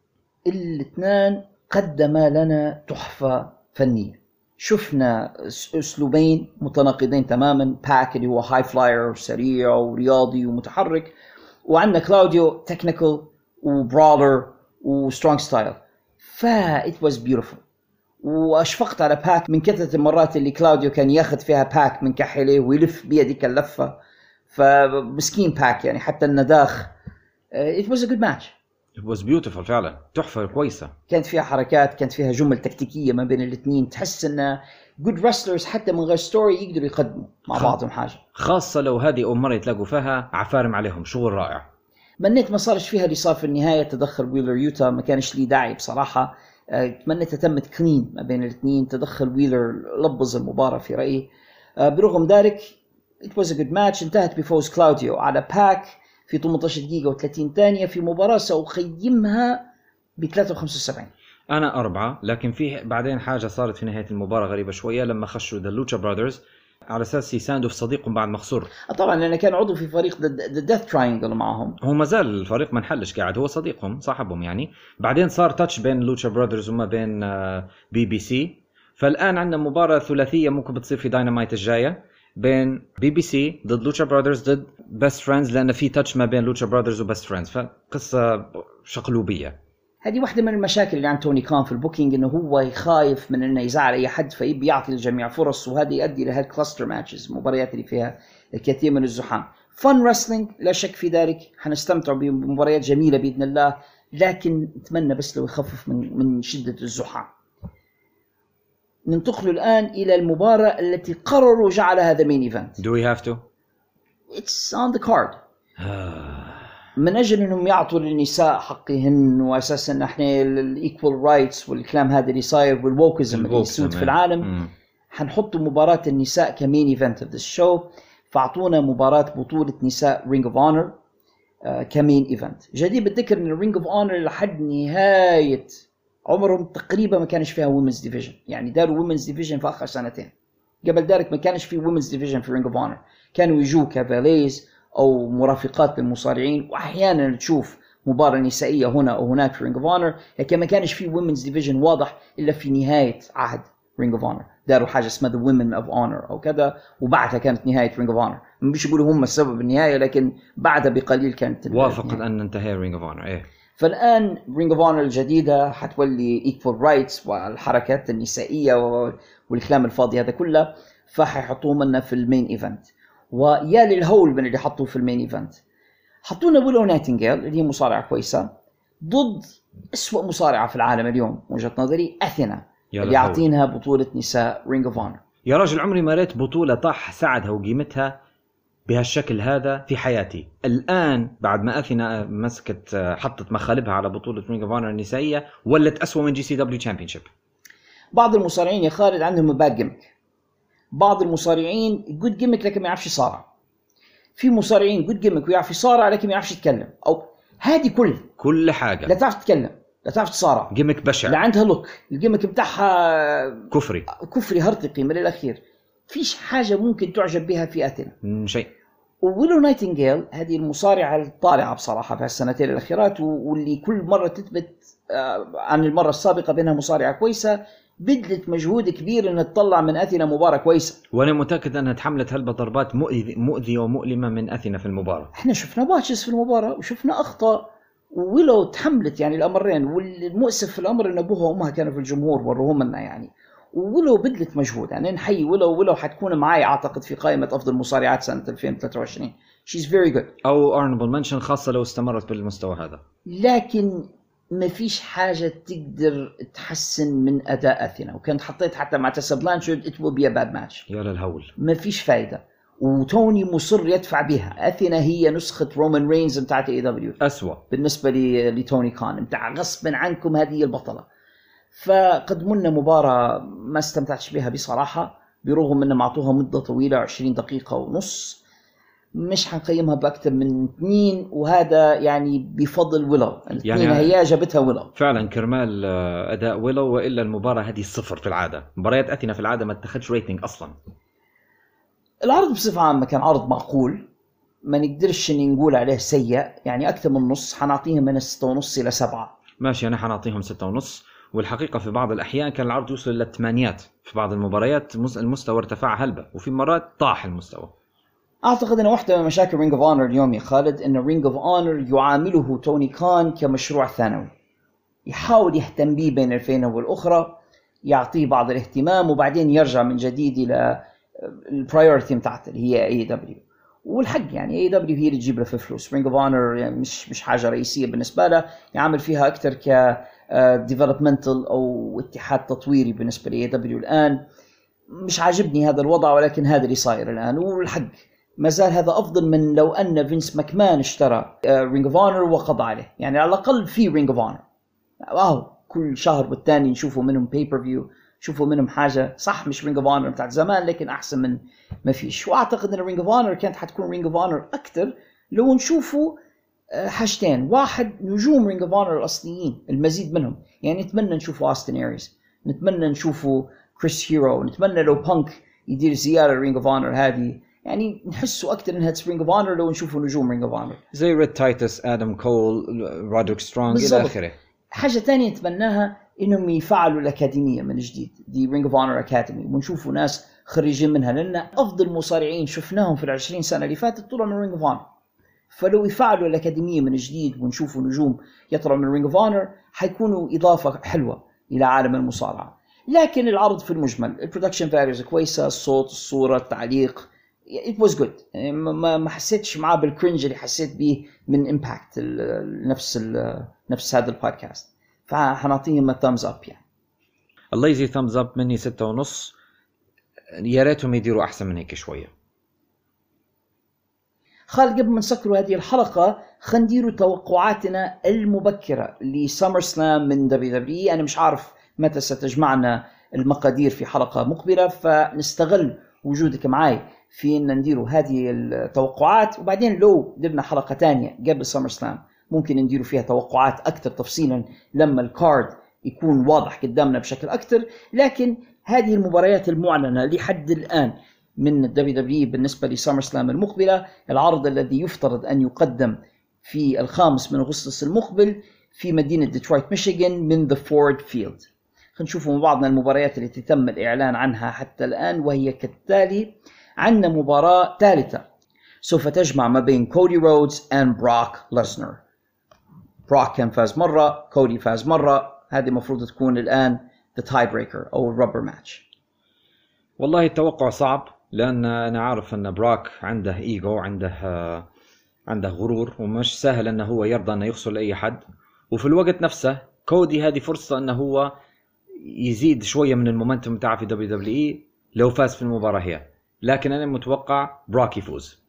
الاثنان قدما لنا تحفة فنية. شفنا أسلوبين متناقضين تماما، باك اللي هو هاي فلاير وسريع ورياضي ومتحرك، وعندنا كلاوديو تكنيكال وبرالر وسترونج ستايل. فا it was beautiful. واشفقت على باك من كثرة المرات اللي كلاوديو كان ياخذ فيها باك من كحله ويلف بيها ديك اللفة. فمسكين باك يعني حتى النداخ. it was a good match. it was beautiful فعلا، تحفة كويسة. كانت فيها حركات، كانت فيها جمل تكتيكية ما بين الاثنين، تحس ان good wrestlers حتى من غير ستوري يقدروا يقدموا مع بعضهم حاجة. خاصة لو هذه أول مرة يتلاقوا فيها، عفارم عليهم، شغل رائع. تمنيت ما صارش فيها اللي صار في النهاية، تدخل ويلر يوتا ما كانش لي داعي بصراحة. تمنيت تمت كلين ما بين الاثنين، تدخل ويلر لبز المباراة في رأيي. برغم ذلك it was a good match. انتهت بفوز كلاوديو على باك في ثمانية عشر دقيقة وثلاثين ثانية في مباراة سأقيمها ب ثلاثة وخمسة وسبعين. أنا أربعة. لكن في بعدين حاجة صارت في نهاية المباراة غريبة شوية، لما خشوا ذا لوتشا براذرز على أساس يساندوا في صديقهم بعد ما خسر. طبعا لأنه كان عضو في فريق ذا ديث تراينجل معهم، هو ما زال الفريق ما انحلش، قاعد هو صديقهم صاحبهم يعني. بعدين صار تاتش بين لوتشا براذرز وما بين بي بي سي. فالآن عندنا مباراة ثلاثية ممكن بتصير في داينامايت الجاية بين بي بي سي ضد لوتشا براذرز ضد بيست فريندز، لأن في تاتش ما بين لوتشا براذرز وبيست فريندز، فقصة شقلوبية. هذه واحدة من المشاكل اللي عند توني كان في البوكينج، انه هو يخايف من انه يزعل اي حد فيبي يعطي للجميع فرص، وهذا يؤدي لهال كلاستر ماتشز، مباريات اللي فيها الكثير من الزحام. فن رسلينج لا شك في ذلك، حنستمتع بمباريات جميلة بإذن الله، لكن نتمنى بس لو يخفف من من شدة الزحام. ننتقل الآن إلى المباراة التي قرروا جعلها the main event. Do we have to? It's on the card. من أجل أنهم يعطوا للنساء حقهن، وأساسا نحن الإيكوال رايتس والكلام هذا اللي صاير والووكزم اللي يسود في العالم. مم. حنحطوا مباراة النساء كمين إيفنت of this show. فاعطونا مباراة بطولة نساء رينج اوف اونر كمين إيفنت. جدير بالذكر أن الرينج اوف اونر لحد نهاية عمرهم تقريبا ما كانش فيها وومنز ديفيجن، يعني داروا وومنز ديفيجن في آخر سنتين. قبل ذلك ما كانش فيه وومنز ديفيجن في رينج اوف اونر، كانوا يجوا كافاليز أو مرافقات للمصارعين، وأحيانا تشوف مباراة نسائية هنا أو هناك في رينج اوف اونر، لكن ما كانش في وومنز ديفيجن واضح إلا في نهاية عهد رينج اوف اونر. داروا حاجة اسمها ذا وومن اوف اونر أو كذا، وبعدها كانت نهاية رينج اوف اونر. مش يقولوا هم السبب النهاية، لكن بعدها بقليل كانت وافق أن انتهى رينج اوف اونر. إيه فالآن رينج اوف اونر الجديدة حتولي ايكوال رايتس والحركات النسائية والكلام الفاضي هذا كله، فحيحطوه منا في المين ايفنت. ويا للهول من اللي حطوه في المين ايفنت، حطونا ويلو نايتنجيل اللي هي مصارعة كويسة ضد أسوأ مصارعة في العالم اليوم وجهة نظري، أثينا، اللي يعطينها بطولة نساء رينج اوف اونر. يا راجل عمري ما رأيت بطولة طاح سعدها وقيمتها بهالشكل هذا في حياتي. الآن بعد ما أثينا مسكت حطت مخالبها على بطولة رينج اوف اونر النسائية، ولت أسوأ من جي سي دبليو تشامبيونشيب. بعض المصارعين يا خالد عندهم باد جيمك، بعض المصارعين جود جيمك لكن ما يعرفش يصارع، في مصارعين جود جيمك ويعرف يصارع لكن ما يعرفش يتكلم، أو هذه كل كل حاجة، لا تعرف تتكلم لا تعرف تصارع، جيمك بشع، لا عندها لوك، الجيمك بتاعها كفري كفري هرطقي من الأخير، فيش حاجة ممكن تعجب بها في أثينا شيء. وويلو نايتنجيل هذه المصارعة الطالعة بصراحة في السنتين الأخيرات، واللي كل مرة تثبت عن المرة السابقة بأنها مصارعة كويسة، بذلت مجهود كبير أن تطلع من أثينا مباراة كويسة. وأنا متأكد أنها تحملت هالضربات مؤذية ومؤلمة من أثينا في المباراة. احنا شفنا باتشز في المباراة وشفنا أخطاء، وويلو تحملت يعني الأمرين، والمؤسف في الأمر أن أبوها وأمها كانوا في الجمهور وروهم لنا يعني، وويلو بذلت مجهود. يعني نحيي ويلو، ويلو حتكون معي أعتقد في قائمة أفضل مصارعات سنة ألفين وثلاثة وعشرين. She's very good. أو honorable mention خاصة لو استمرت بالمستوى هذا. لكن ما فيش حاجة تقدر تحسن من أداء أثينا، وكانت حطيت حتى مع تيسا بلانشارد it will be a bad match. يا للهول، ما فيش فايدة، وتوني مصر يدفع بها. أثينا هي نسخة رومان رينز بتاعت اي دبليو أسوأ بالنسبة لتوني كان، بتاع غصبا عنكم هذه البطلة. فقدموا لنا مباراة ما استمتعتش بها بصراحة، برغم أنهم أعطوها مدة طويلة عشرين دقيقة ونص. مش حنقيمها بأكثر من اثنين، وهذا يعني بفضل ويلو، الاثنين يعني هي جابتها ويلو فعلا كرمال أداء ويلو، وإلا المباراة هذه صفر في العادة. مباريات أثينا في العادة ما تاخدش ريتنج أصلا. العرض بصفة عامة كان عرض معقول، ما نقدرش نقول عليه سيء، يعني أكثر من نص حنعطيهم من ستة ونص إلى سبعة. ماشي، أنا حنعطيهم ستة ونص. والحقيقة في بعض الأحيان كان العرض يوصل للثمانيات، في بعض المباريات المستوى ارتفع هلبة، وفي مرات طاح المستوى. أعتقد أن واحدة من مشاكل رينج اوف اونر اليوم يا خالد أن رينج اوف اونر يعامله توني كان كمشروع ثانوي، يحاول يهتم به بين الفينة والأخرى، يعطيه بعض الاهتمام، وبعدين يرجع من جديد إلى البرايورتي متاعته اللي هي اي دبليو. والحق يعني اي دبليو هي اللي تجيب له في فلوس، رينج اوف اونر يعني مش مش حاجة رئيسية بالنسبة له، يعمل فيها أكثر ك ديفلوبمنتال أو اتحاد تطويري بالنسبة لإي دبليو. الآن مش عاجبني هذا الوضع، ولكن هذا اللي صاير الآن، والحق ما زال هذا أفضل من لو أن فينس ماكمان اشترى رينج اوف اونر وقضى عليه. يعني على الأقل في رينج اوف اونر، واو كل شهر والتاني نشوفوا منهم بيبر فيو، نشوفوا منهم حاجة صح مش رينج اوف اونر بتاعت زمان، لكن أحسن من ما فيش. وأعتقد أن رينج اوف اونر كانت حتكون رينج اوف اونر أكتر لو نشوفوا حاجتين، واحد نجوم رينج اوف اونر الأصليين المزيد منهم، يعني نتمنى نشوفوا أوستن إيريز، نتمنى نشوفوا كريس هيرو، نتمنى لو بانك يدير زيارة رينج اوف اونر هذه، يعني نحسوا أكتر إنها رينج اوف اونر لو نشوفوا نجوم رينج اوف اونر زي ريد تايتس، آدم كول، رودريك سترونج إلى آخره. حاجة تانية نتمناها إنهم يفعلوا الأكاديمية من جديد، دي رينج اوف اونر أكاديمي، ونشوفوا ناس خريجين منها، لأن أفضل مصارعين شفناهم في العشرين سنة اللي فاتت طلعوا من رينج اوف اونر. فلو يفعلوا الأكاديمية من جديد ونشوفوا نجوم يطلعوا من رينج اوف اونر، حيكونوا إضافة حلوة إلى عالم المصارعة. لكن العرض في المجمل البرودكشن فاليوز كويسة، الصوت، الصورة، التعليق it was good. ما ما حسيتش معاه بالكرنج اللي حسيت به من امباكت نفس نفس هذا البودكاست، فحنعطيهم thumbs up يعني. الله يجزي thumbs up مني ستة ونص. يا ريتهم يديروا أحسن من هيك شوية. خالد قبل ما نسكروا هذه الحلقة خلينا نديروا توقعاتنا المبكرة لسامر سلام من دبليو دبليو إي. أنا مش عارف متى ستجمعنا المقادير في حلقة مقبلة، فنستغل وجودك معي في أن نديروا هذه التوقعات، وبعدين لو درنا حلقة تانية قبل سامر سلام ممكن نديروا فيها توقعات أكثر تفصيلا لما الكارد يكون واضح قدامنا بشكل أكثر. لكن هذه المباريات المعلنة لحد الآن من الدبليو دبليو إي بالنسبة لسامر سلام المقبلة، العرض الذي يفترض أن يقدم في الخامس من أغسطس المقبل في مدينة ديترويت ميشيغان من ذا فورد فيلد. خلينا نشوف من بعضنا المباريات التي تم الإعلان عنها حتى الآن، وهي كالتالي. عندنا مباراة ثالثة سوف تجمع ما بين كودي رودز and بروك ليسنر. بروك كان فاز مرة، كودي فاز مرة، هذه مفروض تكون الآن the tiebreaker أو الربر ماتش. والله التوقع صعب، لأن أنا عارف أن بروك عنده إيجو، عنده عنده غرور، ومش سهل أنه هو يرضى أنه يخسر لأي حد. وفي الوقت نفسه كودي هذه فرصة أنه هو يزيد شوية من المومنتوم بتاعه في دبليو دبليو إي لو فاز في المباراة هي. لكن أنا متوقع بروك يفوز.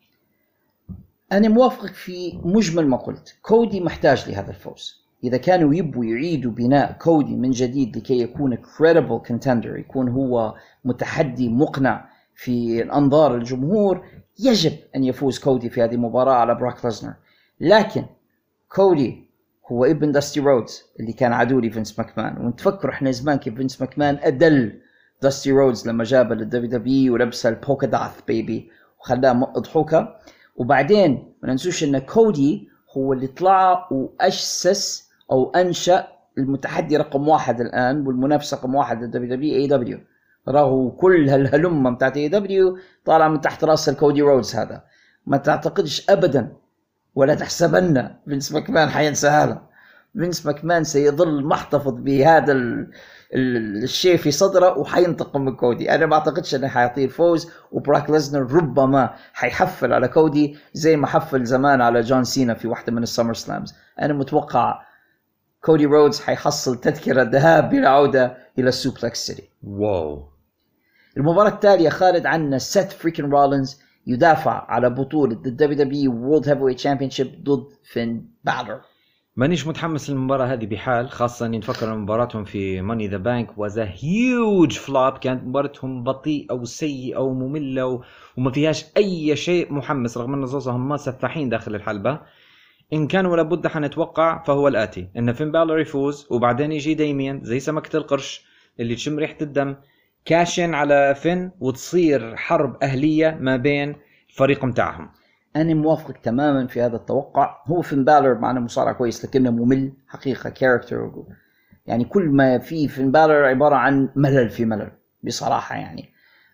أنا موافقك في مجمل ما قلت. كودي محتاج لهذا الفوز. إذا كانوا يبوا يعيدوا بناء كودي من جديد لكي يكون credible contender، يكون هو متحدي مقنع في أنظار الجمهور، يجب أن يفوز كودي في هذه المباراة على بروك ليسنر. لكن كودي هو ابن داستي رودز اللي كان عدو لفينس ماكمان، ونتفكر احنا زمان كيف فينس ماكمان أدل داستي رودز لما جابه للدبليو دبليو ولبسه البوكا داث بيبي وخلاه مضحوكة. وبعدين ما ننسوش ان كودي هو اللي طلع وأسس أو أنشأ المتحدي رقم واحد الآن والمنافسة رقم واحد للدبليو دبليو إي دبليو، راهو كل هالهلمة بتاعت إي دبليو طالعة من تحت رأس الكودي رودز هذا. ما تعتقدش أبدا ولا تحسبن فينس ماكمان حينساها له. فينس ماكمان سيظل محتفظ بهذا ال... الشيء في صدره وحينتقم من كودي. أنا ما أعتقدش أنه حيعطيه الفوز، وبراك ليسنر ربما حيحفل على كودي زي ما حفل زمان على جون سينا في واحدة من السمر سلامز. أنا متوقع كودي رودز حيحصل تذكرة ذهاب بالعودة إلى السوبلكس سيتي. واو. المباراة التالية خالد عنا سيث فريكن رولينز يدافع على بطولة الدبليو دبليو وورلد هيفيويت تشامبيونشيب ضد فين بالور. مانيش متحمس للمباراة هذه بحال، خاصة أني نفكر مباراتهم في ماني ذا بانك was a huge flop. كانت مباراتهم بطيئة وسيئة ومملة وما فيهاش أي شيء محمس، رغم أن زوزهم ما سفاحين داخل الحلبة. إن كان ولا بد حنتوقع فهو الآتي: إن فين بالور يفوز، وبعدين يجي دايمين زي سمكة القرش اللي تشم ريحة الدم كاشن على فين، وتصير حرب أهلية ما بين الفريق متاعهم. أنا موافق تماما في هذا التوقع. هو فين بالور معنا مصارع كويس لكنه ممل حقيقة، كاركتر يعني كل ما فيه فين بالور عبارة عن ملل في ملل بصراحة يعني.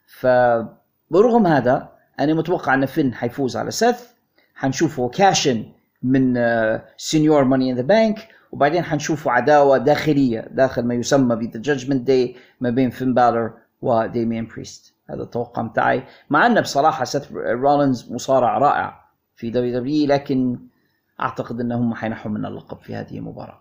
فبرغم هذا أنا متوقع أن فين حيفوز على سيث، حنشوفه كاشن من سينيور ماني ان ذا بانك، وبعدين حنشوفه عداوة داخلية داخل ما يسمى ب The Judgment Day ما بين فين بالور وديميان بريست. هذا التوقع متاعي، مع أن بصراحة سيث رولينز مصارع رائع في دبليو دبليو، لكن أعتقد أنهم حينحوا من اللقب في هذه المباراة.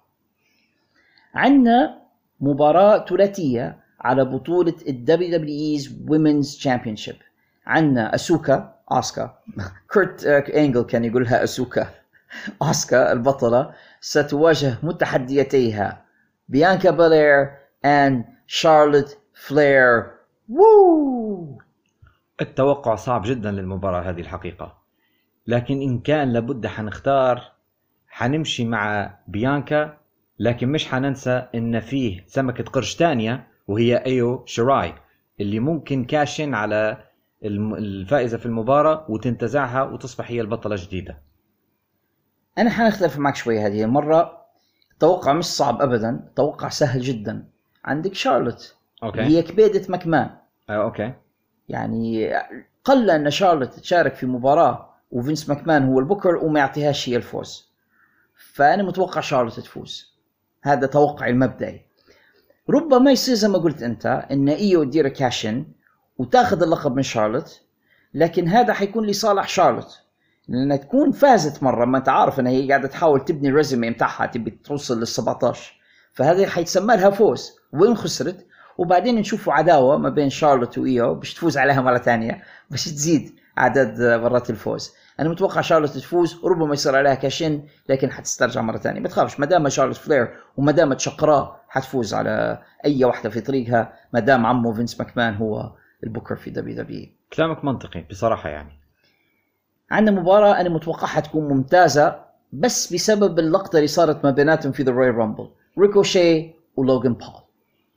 عندنا مباراة ثلاثية على بطولة ال دبليو دبليو إي's Women's Championship. عندنا أسوكا أسكا كورت أنجل كان يقولها أسوكا أسكا البطلة ستواجه متحديتيها بيانكا بيلير and شارلوت فلير. ووو. التوقع صعب جدا للمباراة هذه الحقيقة، لكن إن كان لابد حنختار حنمشي مع بيانكا، لكن مش حننسى إن فيه سمكة قرش تانية وهي أيو شيراي اللي ممكن كاشن على الفائزة في المباراة وتنتزعها وتصبح هي البطلة الجديدة. أنا حنختلف معك شوي هذه المرة. التوقع مش صعب أبدا، التوقع سهل جدا. عندك شارلوت أوكي. هي كبيدة مكمان. أه أوكي. يعني قل أن شارلوت تشارك في مباراة وفينس ماكمان هو البوكر وما يعطيهاش هي الفوز، فأنا متوقع شارلوت تفوز. هذا توقعي المبدئي. ربما يصير زي ما قلت أنت إن إيو دير كاشن وتاخذ اللقب من شارلوت، لكن هذا حيكون لصالح شارلوت لأنها تكون فازت مرة. ما تعرف أنها هي قاعدة تحاول تبني الريزومي متاعها، تبي توصل للسبعتاشر، فهذا حيتسمى لها فوز. وين خسرت وبعدين نشوفوا عداوة ما بين شارلوت وإيو باش تفوز عليها مرة تانية باش تزيد عدد مرات الفوز. أنا متوقع شارلوت تفوز، وربما يصير عليها كاشن لكن حتسترجع مرة تانية. ما تخافش، ما دام شارلوت فلير وما دامت شقراء حتفوز على أي واحدة في طريقها، ما دام عمو فينس ماكمان هو البوكر في دبليو دبليو. كلامك منطقي بصراحة. يعني عندنا مباراة أنا متوقعها تكون ممتازة بس بسبب اللقطة اللي صارت ما بيناتهم في ذا رويال رامبل، ريكوشي ولوغان بول.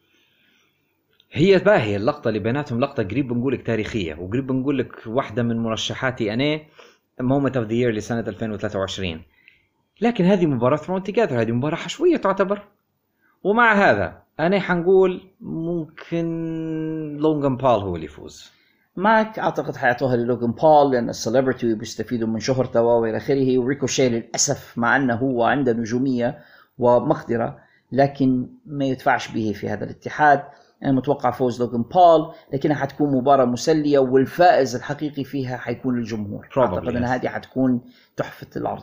هي باهية اللقطة اللي بيناتهم، لقطة قريب بنقولك تاريخية، وقريب بنقولك واحدة من مرشحاتي أنا مومنت اوف ذا يير لسنة ألفين وثلاثة وعشرين. لكن هذه مباراة ثرون توجذر، هذه مباراة حشوية تعتبر. ومع هذا أنا حنقول ممكن لوغان بول هو اللي يفوز. معك، أعتقد حيعطوها للوغان بول لأن السليبرتي بيستفيدوا من شهرته وإلى آخره. وريكوشي للأسف مع أنه هو عنده نجومية ومقدرة لكن ما يدفعش به في هذا الاتحاد. أنا متوقع فوز لوغان بول، لكنها حتكون مباراة مسلية والفائز الحقيقي فيها حيكون الجمهور. أعتقد أن هذه حتكون تحفة العرض.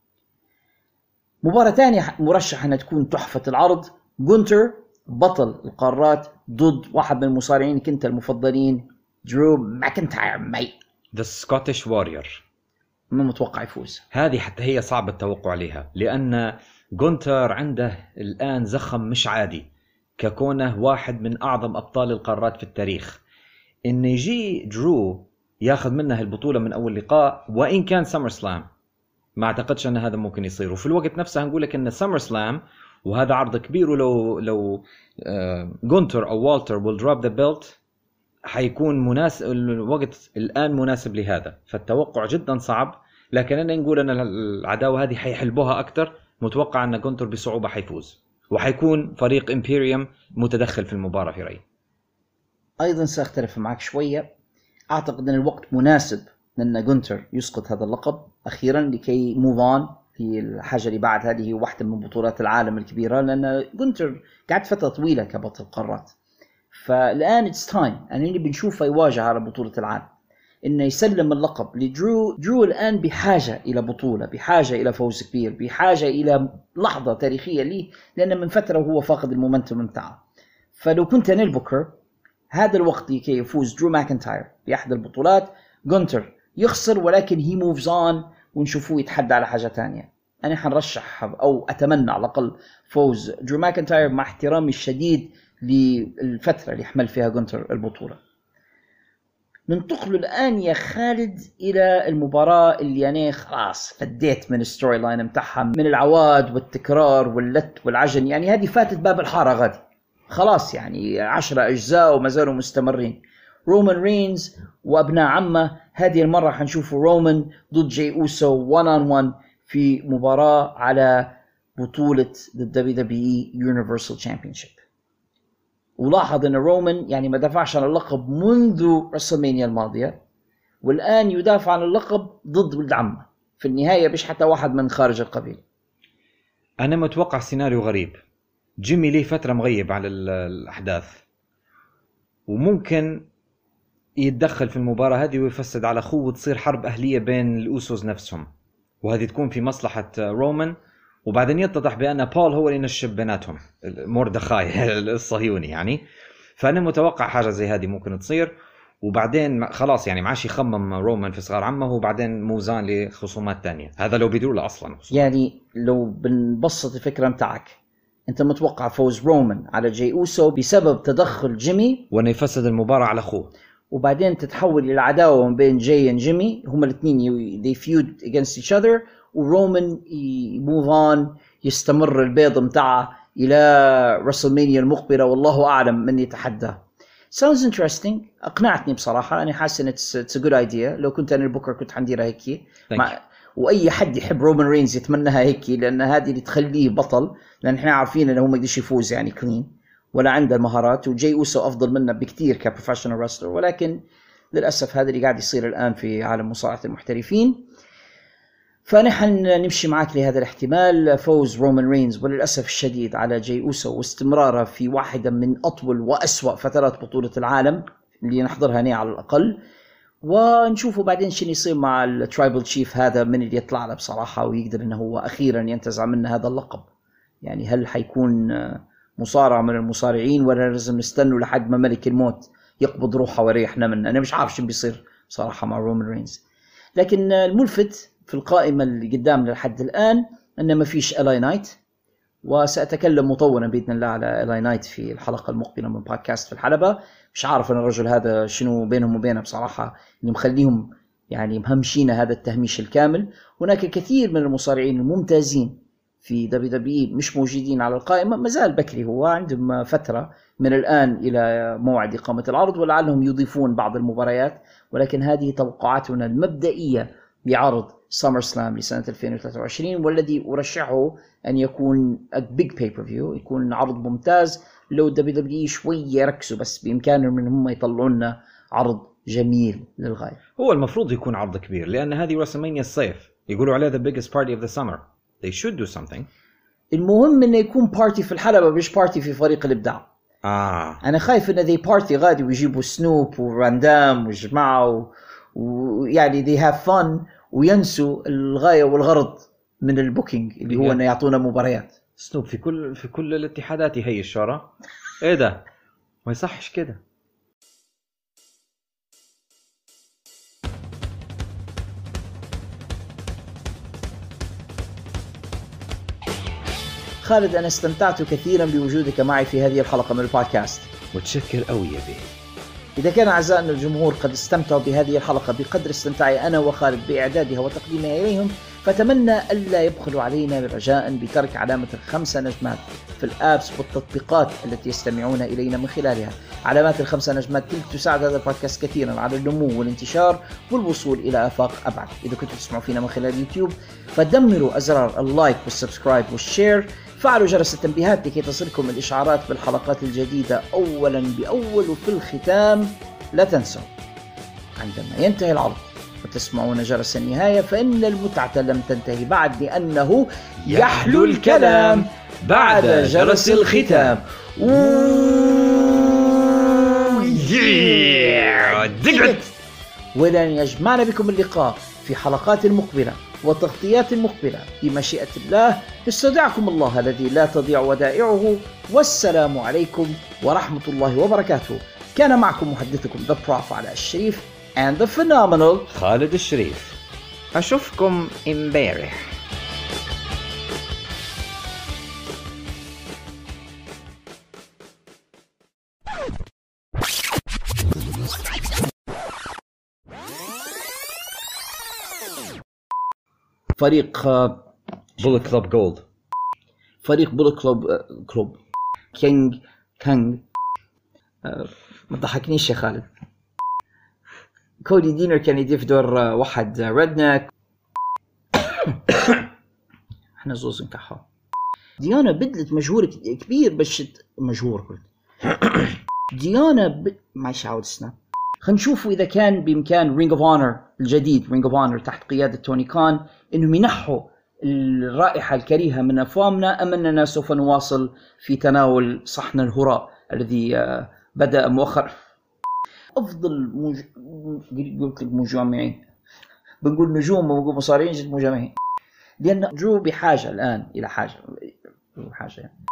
مباراة ثانية مرشحة أن تكون تحفة العرض، غونتر بطل القارات ضد واحد من المصارعين كنت المفضلين، درو ماكنتاير. مي The Scottish Warrior. ما متوقع يفوز. هذه حتى هي صعب التوقع عليها، لأن غونتر عنده الآن زخم مش عادي ككونه واحد من أعظم أبطال القارات في التاريخ. إن يجي درو ياخذ منه البطولة من أول لقاء، وإن كان سمر سلام ما أعتقدش أن هذا ممكن يصير. وفي الوقت نفسه هنقول لك إن سمر سلام وهذا عرض كبير، ولو لو غونتر أو والتر will drop the belt حيكون مناسب الوقت الآن مناسب لهذا. فالتوقع جدا صعب، لكن أنا نقول أن العداوة هذه حيحلبوها أكتر. متوقع أن غونتر بصعوبة حيفوز، وحيكون فريق إمبيريوم متدخل في المباراة في رأيي. أيضا سأختلف معك شوية. أعتقد أن الوقت مناسب لأن غونتر يسقط هذا اللقب أخيرا لكي موف أون في الحاجة اللي بعد. هذه واحدة من بطولات العالم الكبيرة، لأن غونتر قعد فترة طويلة كبطل قارات. فالآن it's time يعني اللي بنشوفه يواجه على بطولة العالم، إنه يسلم اللقب لدرو. درو الآن بحاجة إلى بطولة، بحاجة إلى فوز كبير، بحاجة إلى لحظة تاريخية ليه، لأن من فترة هو فاقد المومنتوم بتاعه. فلو كنت نيل بوكر هذا الوقت لكي يفوز درو ماكنتاير بأحد البطولات، غونتر يخسر ولكن هي موفز اون ونشوفوه يتحدى على حاجة تانية. أنا حنرشح أو أتمنى على الأقل فوز درو ماكنتاير مع احترامي الشديد للفترة اللي حمل فيها غونتر البطولة. ننتقل الآن يا خالد إلى المباراة اللي أنا خلاص فديت من الستوري لاين متاعها، من العواد والتكرار واللت والعجن. يعني هذه فاتت باب الحارة غادي خلاص، يعني عشرة أجزاء وما زالوا مستمرين. رومان رينز وأبناء عمه، هذه المرة حنشوفوا رومان ضد جاي أوسو one on one في مباراة على بطولة دبليو دبليو إي Universal Championship. ولاحظ أن رومان يعني ما دافعش عن اللقب منذ رسلمانيا الماضية، والآن يدافع عن اللقب ضد ولد عمه في النهاية، مش حتى واحد من خارج القبيلة. أنا متوقع سيناريو غريب. جيمي ليه فترة مغيب على الأحداث، وممكن يتدخل في المباراة هذه ويفسد على أخوه وتصير حرب أهلية بين الأوسوس نفسهم، وهذه تكون في مصلحة رومان. وبعدين يتضح بأن بول هو اللي نشب بيناتهم، مردخاي الصهيوني يعني. فأنا متوقع حاجة زي هذه ممكن تصير، وبعدين خلاص يعني معاش يخمم رومان في صغار عمه، وبعدين موزان لخصومات تانية. هذا لو بيدور له أصلا خصومات. يعني لو بنبسط الفكرة متاعك، أنت متوقع فوز رومان على جاي أوسو بسبب تدخل جيمي وأنه يفسد المباراة على أخوه، وبعدين تتحول إلى عداوة بين جاي وجيمي، هما الاثنين they feud against each other، ورومان يموف اون يستمر البيض متاعه إلى رسلمانيا المقبلة والله أعلم من يتحدى. sounds interesting. أقنعتني بصراحة. أنا حاسس إن it's, it's a good idea. لو كنت أنا البكرة كنت حنديرها هيك مع... وأي حد يحب رومان رينز يتمناها هيك، لأن هذه اللي تخليه بطل، لأن إحنا عارفين إنه هو ما يقدرش يفوز يعني كلين ولا عنده المهارات، وجاي أوسو أفضل منه بكتير كبروفيشنال رسلر. ولكن للأسف هذا اللي قاعد يصير الآن في عالم مصارعة المحترفين. فنحن نمشي معك لهذا الاحتمال، فوز رومان رينز وللأسف الشديد على جاي أوسو، واستمراره في واحدة من أطول وأسوأ فترات بطولة العالم اللي نحضرها هنا على الأقل. ونشوفوا بعدين شنو يصير مع الترايبل تشيف هذا، من اللي يطلع له بصراحة ويقدر إنه هو أخيرا ينتزع منه هذا اللقب. يعني هل حيكون مصارع من المصارعين ولا لازم نستنوا لحد ما ملك الموت يقبض روحه ويريحنا منه؟ أنا مش عارف شنو بيصير بصراحة مع رومان رينز. لكن الملفت في القائمة اللي قدامنا لحد الآن أن ما فيش إلاي نايت، وسأتكلم مطولا بإذن الله على إلاي نايت في الحلقة المقبلة من بودكاست في الحلبة. مش عارف أن الرجل هذا شنو بينهم وبينه بصراحة اللي مخليهم يعني مهمشين هذا التهميش الكامل. هناك كثير من المصارعين الممتازين في دبليو دبليو إي مش موجودين على القائمة. مازال بكري، هو عندهم فترة من الآن إلى موعد إقامة العرض، ولعلهم يضيفون بعض المباريات، ولكن هذه توقعاتنا المبدئية بعرض سامر سلام لسنة ألفين وثلاثة وعشرين، والذي أرشحه أن يكون a big pay per view، يكون عرض ممتاز. لو دبليو دبليو إي شوية يركزوا بس بإمكانهم من هم يطلعوا لنا عرض جميل للغاية. هو المفروض يكون عرض كبير لأن هذه راسلمانيا الصيف، يقولوا عليها the biggest party of the summer. They should do something. المهم إنه يكون بارتي في الحلبة مش بارتي في فريق الإبداع. آه. أنا خايف إن ذي بارتي غادي ويجيبوا سنوب وراندام وجماعة ويعني they have fun وينسوا الغاية والغرض من البوكينج اللي هو إنه يعطونا مباريات. سنوب في كل في كل الاتحادات هي الشارة. إيه ده؟ ما يصحش كده. خالد، أنا استمتعت كثيرا بوجودك معي في هذه الحلقة من البودكاست. متشكر قوي يا بيه. إذا كان أعزائنا الجمهور قد استمتعوا بهذه الحلقة بقدر استمتاعي أنا وخالد بإعدادها وتقديمها إليهم، فأتمنى ألا يبخلوا علينا برجاء بترك علامة الخمسة نجمات في الآبس والتطبيقات التي يستمعون إلينا من خلالها. علامات الخمسة نجمات تلك تساعد هذا البودكاست كثيرا على النمو والانتشار والوصول إلى آفاق أبعد. إذا كنتوا تسمعوا فينا من خلال اليوتيوب فدمروا أزرار اللايك والسبسكرايب والشير، فعلوا جرس التنبيهات لكي تصلكم الإشعارات بالحلقات الجديدة أولا بأول. وفي الختام لا تنسوا عندما ينتهي العرض وتسمعون جرس النهاية فإن المتعة لم تنتهي بعد، لأنه يحلو الكلام بعد جرس الختام. ولن يجمعنا بكم اللقاء في حلقات مقبلة وتغطيات مقبلة بمشيئة الله. استودعكم الله الذي لا تضيع ودائعه، والسلام عليكم ورحمة الله وبركاته. كان معكم محدثكم The Prof علاء الشريف and the phenomenal خالد الشريف. أشوفكم امبارح. فريق بولت كلوب جولد، فريق بولت كلوب كلوب كينج كانج. ما تضحكنيش يا خالد. كودي دينر كان يضيف دور واحد ريدناك. احنا زوز نكحها. ديانا بدلت مجهور كبير بس مجهور قلت ديانا ب... ماشي عاود سناب. خلينا نشوفوا إذا كان بإمكان رينج اوف اونر الجديد، رينج اوف اونر تحت قيادة توني كان، إنهم ينحوا الرائحة الكريهة من أفوامنا، أم أننا سوف نواصل في تناول صحن الهراء الذي بدأ مؤخر. أفضل مج... قلت لك مجامعين، بنقول نجوم وبنقول مصارعين، جد مجامعين، لأن جو بحاجة الآن إلى حاجة حاجة يعني.